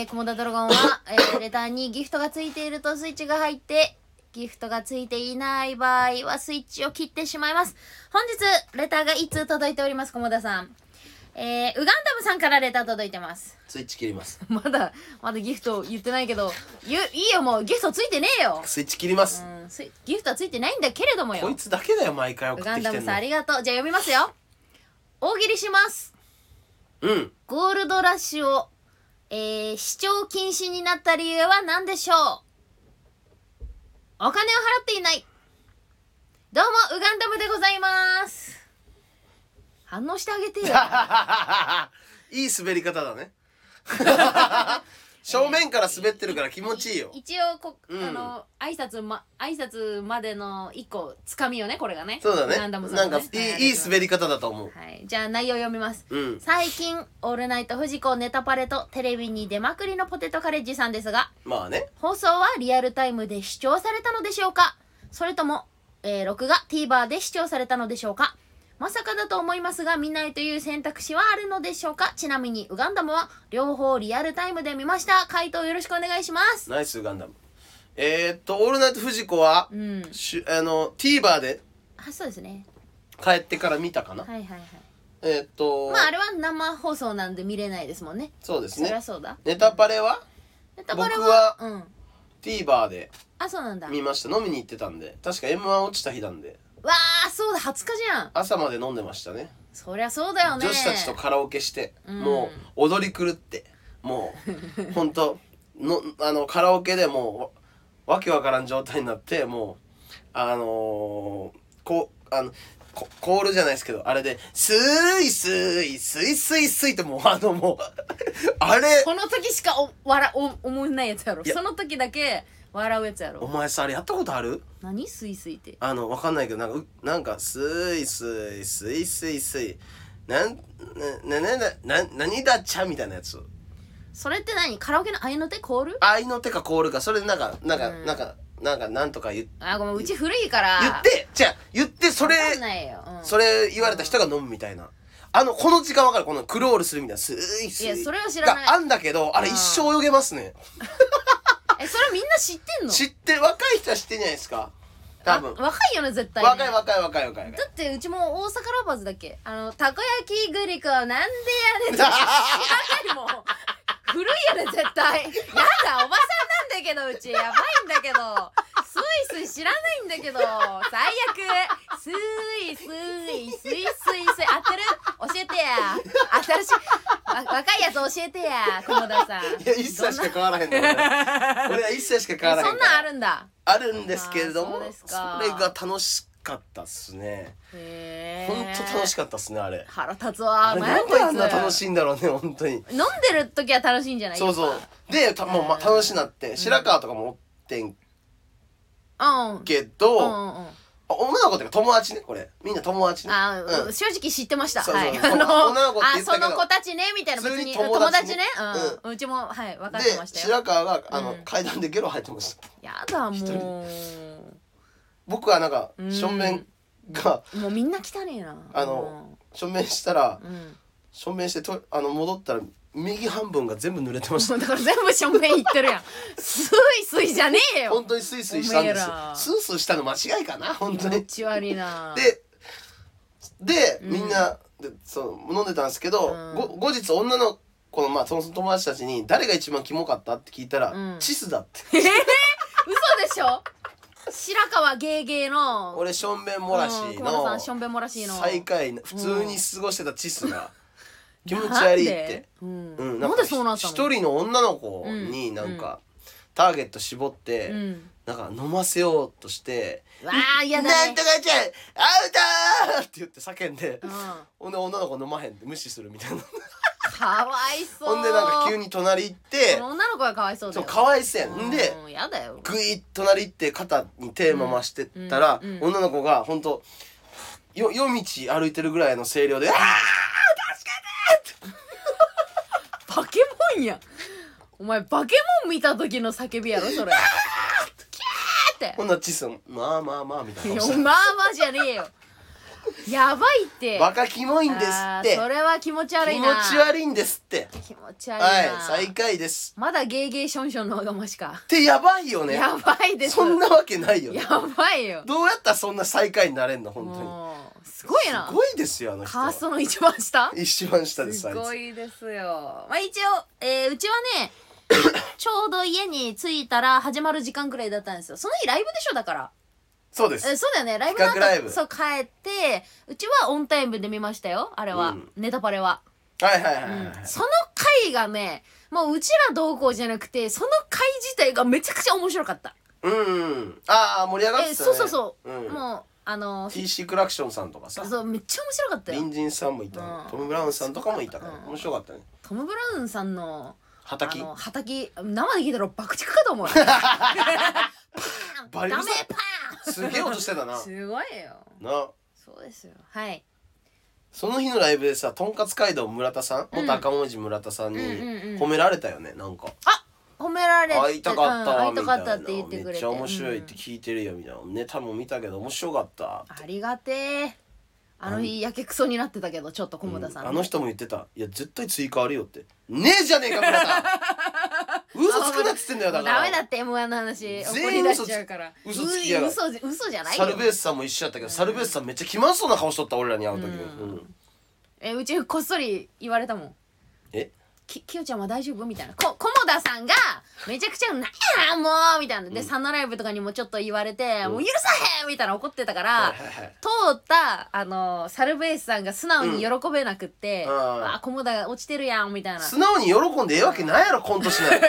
コモダドラゴンは、レターにギフトがついているとスイッチが入って、ギフトがついていない場合はスイッチを切ってしまいます。本日レターが1通届いております。コモダさん、ウガンダムさんからレター届いてます。 スイッチ切ります。 まだギフト言ってないけど、いいよ、もうギフトついてねえよ。 スイッチ切ります。 ギフトはついてないんだけれどもよ。 こいつだけだよ毎回送ってきてんの。 ウガンダムさんありがとう。じゃあ読みますよ。大喜利します。ゴールドラッシュを、視聴禁止になった理由は何でしょう。お金を払っていない。どうもウガンダムでございます。反応してあげてよいい滑り方だね正面から滑ってるから気持ちいいよ。 一応挨拶までの一個つかみよね、これがね。 そうだね。 ガンダムさなんんのかねいい滑り方だと思う。 はい、じゃあ内容読みます。 うん。 最近オールナイトフジコネタパレとテレビに出まくりのポテトカレッジさんですが、 まあね。 放送はリアルタイムで視聴されたのでしょうか、それとも、録画 TVer で視聴されたのでしょうか。まさかだと思いますが見ないという選択肢はあるのでしょうか。ちなみにウガンダムは両方リアルタイムで見ました。回答よろしくお願いします。 ナイスガンダム。オールナイトフジコは、TVer でそうですね。 帰ってから見たかな。 はいはいはい。 まああれは生放送なんで見れないですもんね。 そうですね。 そりゃそうだ。 ネタパレは僕は TVer でそうなんだ。 見ました。飲みに行ってたんで、確か M1 落ちた日なんで。 わあ、そうだ、20日じゃん。 朝まで飲んでましたね。 そりゃそうだよね。 女子たちとカラオケして、もう踊り狂って、もうほんとのカラオケでもうわけわからん状態になって、もうコールじゃないですけど、あれでスイスイスイスイスイってもうもうあれこの時しか思えないやつやろ。その時だけ笑うやつやろ。 お前さ、あれやったことある？ 何スイスイって。 わかんないけど、なんかスイスイスイスイスイ何だっちゃみたいなやつ。 それって何？カラオケの合いの手コール？ 合いの手かコールか。それでなんとか言って。 ごめん、うち古いから言ってそれ言われた人が飲むみたいな。この時間わかる？このクロールするみたいなスイスイ。 いや、それは知らない。 があんだけど、あれ一生泳げますね。 それみんな知ってんの？ 知って、若い人は知ってんじゃないですか、多分。 若いよね、絶対に。 若い。 だってうちも大阪ラバーズだっけ、たこ焼きグリコなんでやねんって知らないもん。古いよね、絶対。やだ、おばさんなんだけど、うちやばいんだけど、スイスイ知らないんだけど、最悪。スイスイスイスイスイ合ってる？教えてや。新しい若いやつ教えてや、菰田さん。 いや、一切しか変わらへんの。俺は一切しか変わらへん。 そんなんあるんだ。 あるんですけれども、それが楽しかったっすね。ほんと楽しかったっすね、あれ。 腹立つわ。 なんであんな楽しいんだろうね、ほんとに。飲んでる時は楽しいんじゃない？ そうそう。で、もう楽しなって、白川とかもおってんけど、女の子っていうか友達ね、これ。みんな友達ね。 正直知ってました。 はい。 女の子って言ったけど、 その子たちね、みたいな。別に友達ね。うちも、はい、分かってましたよ。 で、白川が、階段でゲロ吐いてました。 やだ、もう。 僕はなんか、正面が、 もうみんな汚ねえな。 正面したら、正面して戻ったら、右半分が全部濡れてました。 だから全部正面いってるやん。スイスイじゃねえよ。 本当にスイスイしたんですよ。スースーしたの間違いかな、本当に。 気持ち悪いな。 で、みんな飲んでたんですけど、後日女の子のその友達たちに誰が一番キモかったって聞いたら、チスだって。 嘘でしょ？白川ゲーゲーの。 俺しょんべん漏らしの。 しょんべん漏らしの。 最下位、普通に過ごしてたチスが。気持ち悪いって。 なんでそうなったの？ 一人の女の子になんかターゲット絞ってなんか飲ませようとして「なんとかちゃんアウトー!」って言って叫んで、ほんで女の子飲まへんって無視するみたいな。 かわいそう。 ほんでなんか急に隣行って、 女の子がかわいそうだよ。 かわいそうやん。でグイッ隣行って肩に手回してったら、女の子がほんと夜道歩いてるぐらいの声量で「ああバケモンやん。お前バケモン見た時の叫びやろそれ。キャーって。 ほんならチスまあみたいな。 まあじゃねえよ。やばいって。 バカキモいんですって。 それは気持ち悪いな。 気持ち悪いんですって。 気持ち悪いな。はい、 最下位です。 まだゲーゲーションションの方がマシか。 ってやばいよね。 やばいです。 そんなわけないよね。 やばいよ。 どうやったらそんな最下位になれんの本当に。 すごいな。 すごいですよあの人。 カーストの一番下？ 一番下です。 すごいですよ。まあ一応うちはねちょうど家に着いたら始まる時間くらいだったんですよ。その日ライブでしょだから。 そうです。 そうだよね。ライブなんかそう帰ってうちはオンタイムで見ましたよ。あれは、ネタパレは。 はい。 その回がねもううちらどうこうじゃなくてその回自体がめちゃくちゃ面白かった。 ああ盛り上がってたね。 そう、もう TC クラクションさんとかさ、 そうめっちゃ面白かったよ。 隣人さんもいた、トム・ブラウンさんとかもいたから面白かったね。 トム・ブラウンさんのはたき生で聞いたら爆竹かと思うよバリうるさいダメパーンすげえ音してたなすごいよな。 そうですよ。はい。 その日のライブでさ、とんかつ街道村田さん、元赤文字村田さんに褒められたよね、なんか。 あ、褒められて、 会いたかった会いたかったっみて言ってくれて、 めっちゃ面白いって聞いてるよみたいな、ネタも見たけど面白かった。 ありがてえ。あの日やけくそになってたけど、ちょっと菰田さん、 あの人も言ってた。いや絶対追加あるよって。ねえじゃねえか村田。嘘つくなっつってんだよ。だからダメだって M1 の話怒り出しちゃうから。 嘘つきやが嘘じゃないよ。 サルベースさんも一緒やったけど、サルベースさんめっちゃ気まずそうな顔しとった、俺らに会う時に。 うちこっそり言われたもん。きよちゃんは大丈夫みたいな。菰田さんがめちゃくちゃ「なんやもう!」みたいなで、サンナライブとかにもちょっと言われて「もう許さへん!」みたいな怒ってたから、通ったサルベースさんが素直に喜べなくって「あ菰田落ちてるやん」みたいな。 素直に喜んでええわけないやろ、コントしない。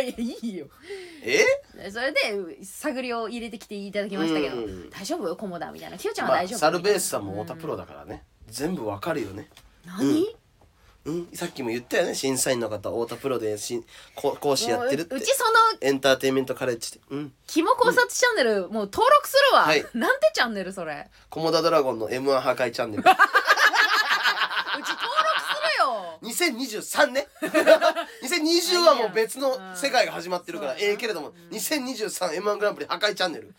いいよ。それで探りを入れてきていただきましたけど「大丈夫よ菰田」みたいな。きよちゃんは大丈夫。 サルベースさんも太田プロだからね、全部わかるよね。 何？ さっきも言ったよね、審査員の方太田プロで講師やってるって。 うちそのエンターテインメントカレッジでキモ考察チャンネルもう登録するわ。なんてチャンネルそれ。 コモダドラゴンの M1 破壊チャンネル。 うち登録するよ。 2023ね。2020はもう別の世界が始まってるからけれども、2023 M1 グランプリ破壊チャンネル。 う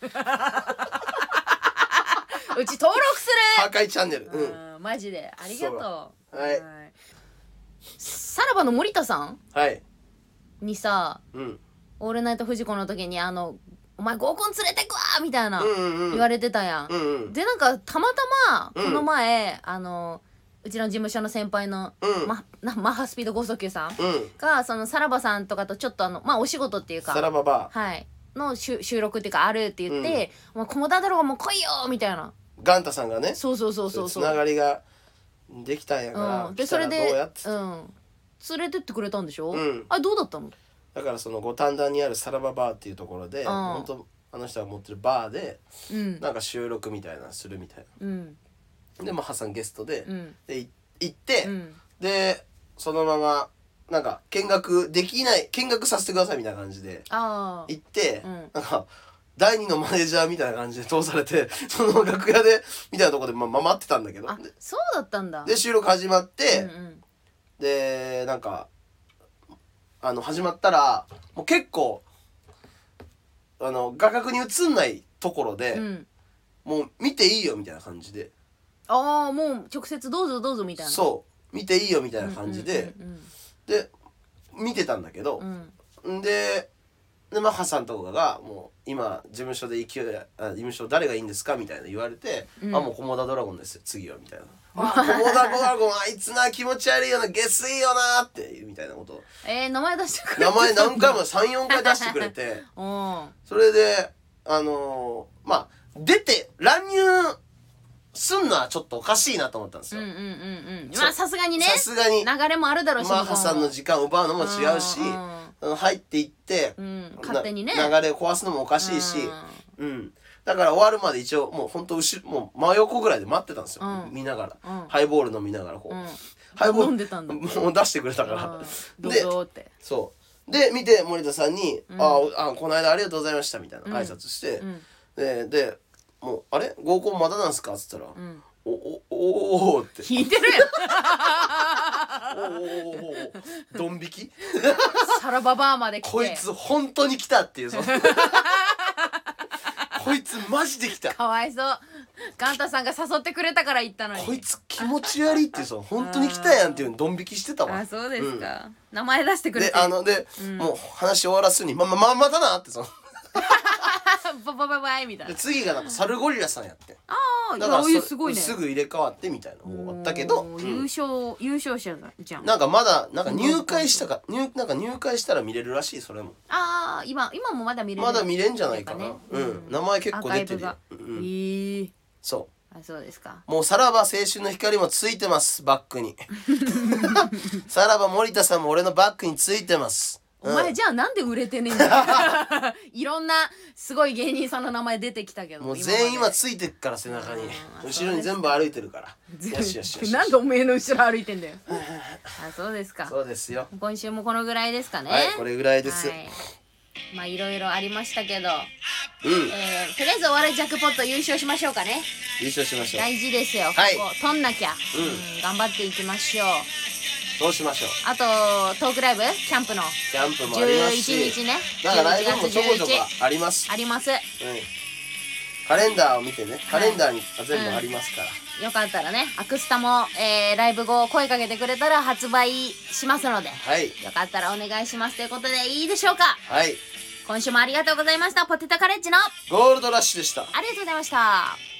ち登録する。 破壊チャンネル。 マジでありがとう。 はい。 さらばの森田さんにさ、オールナイトフジコの時にお前合コン連れてくわみたいな言われてたやん。でなんかたまたまこの前うちの事務所の先輩のマッハスピード剛速球さんがそのさらばさんとかとちょっとお仕事っていうかさらばバーはいの収録っていうかあるって言って「お前菰田だろうもう来いよ」みたいな。 ガンタさんがね、 そうつながりができたんやから、 でそれで連れてってくれたんでしょ。あれどうだったの？ だからその五反田にあるさらばバーっていうところで本当あの人が持ってるバーでなんか収録みたいなするみたいな。でマッハさんゲストで行ってでそのままなんか見学させてくださいみたいな感じで行ってなんか第2のマネージャーみたいな感じで通されて、その楽屋でみたいなところで待ってたんだけど。 そうだったんだ。 で収録始まって、でなんか始まったらもう結構画角に映んないところで、もう見ていいよみたいな感じで。 もう直接どうぞどうぞみたいな。 そう見ていいよみたいな感じで、で見てたんだけど、でマッハさんとかがもう今事務所で事務所誰がいいんですかみたいな言われて、もうコモダドラゴンですよ次はみたいな。コモダドラゴンあいつな気持ち悪いよな下水よなっていうみたいなことを名前出してくれ名前何回も 3,4 回出してくれてそれで出て乱入すんのはちょっとおかしいなと思ったんですよ。 まあさすがにね流れもあるだろうし、 マッハさんの時間を奪うのも違うし、入っていって勝手にね流れを壊すのもおかしいし、だから終わるまで一応もうほんともう真横ぐらいで待ってたんですよ、見ながら、ハイボール飲みながらこう、ハイボール飲んでたんだもう出してくれたから、 どうぞってそうで見て森田さんに「この間ありがとうございました」みたいな挨拶して、でもう「あれ合コンまだなんすか?」っつったら「おーって聞いてるよドン引きサラババーまで来てこいつ本当に来たっていうこいつマジで来たかわいそうガンタさんが誘ってくれたから行ったのにこいつ気持ち悪いって本当に来たやんっていうのドン引きしてたわ。 そうですか、名前出してくれてもう話終わらすにまたなってババババイみたいな。 次がなんかサルゴリラさんやって。 だからすごいね。 すぐ入れ替わってみたいな終わったけど、 優勝者じゃん。 なんかまだ入会したら見れるらしいそれも。 今もまだ見れる。 まだ見れんじゃないかな。名前結構出てるよ。そう。 そうですか。 もうさらば青春の光もついてますバックに。さらば森田さんも俺のバックについてます。 お前じゃあなんで売れてねえんだよいろんなすごい芸人さんの名前出てきたけど、 もう全員今ついてっから背中に、後ろに全部歩いてるから。よしよしよし。 なんでおめえの後ろ歩いてんだよあ、そうですか。 そうですよ。 今週もこのぐらいですかね。 はい、これぐらいです。 まあいろいろありましたけど、とりあえずお笑いジャックポット優勝しましょうかね。 優勝しましょう。 大事ですよ、ここ取んなきゃ。頑張っていきましょう。 そうしましょう。 あとトークライブ、キャンプのキャンプもありますし、 11日ね。 だからライブもちょこちょこあります。 あります。 カレンダーを見てね、カレンダーに全部ありますから。 よかったらね、アクスタも、ライブ後声かけてくれたら発売しますので、 はい、 よかったらお願いしますということでいいでしょうか。 はい、 今週もありがとうございました。ポテトカレッジのゴールドラッシュでした。 ありがとうございました。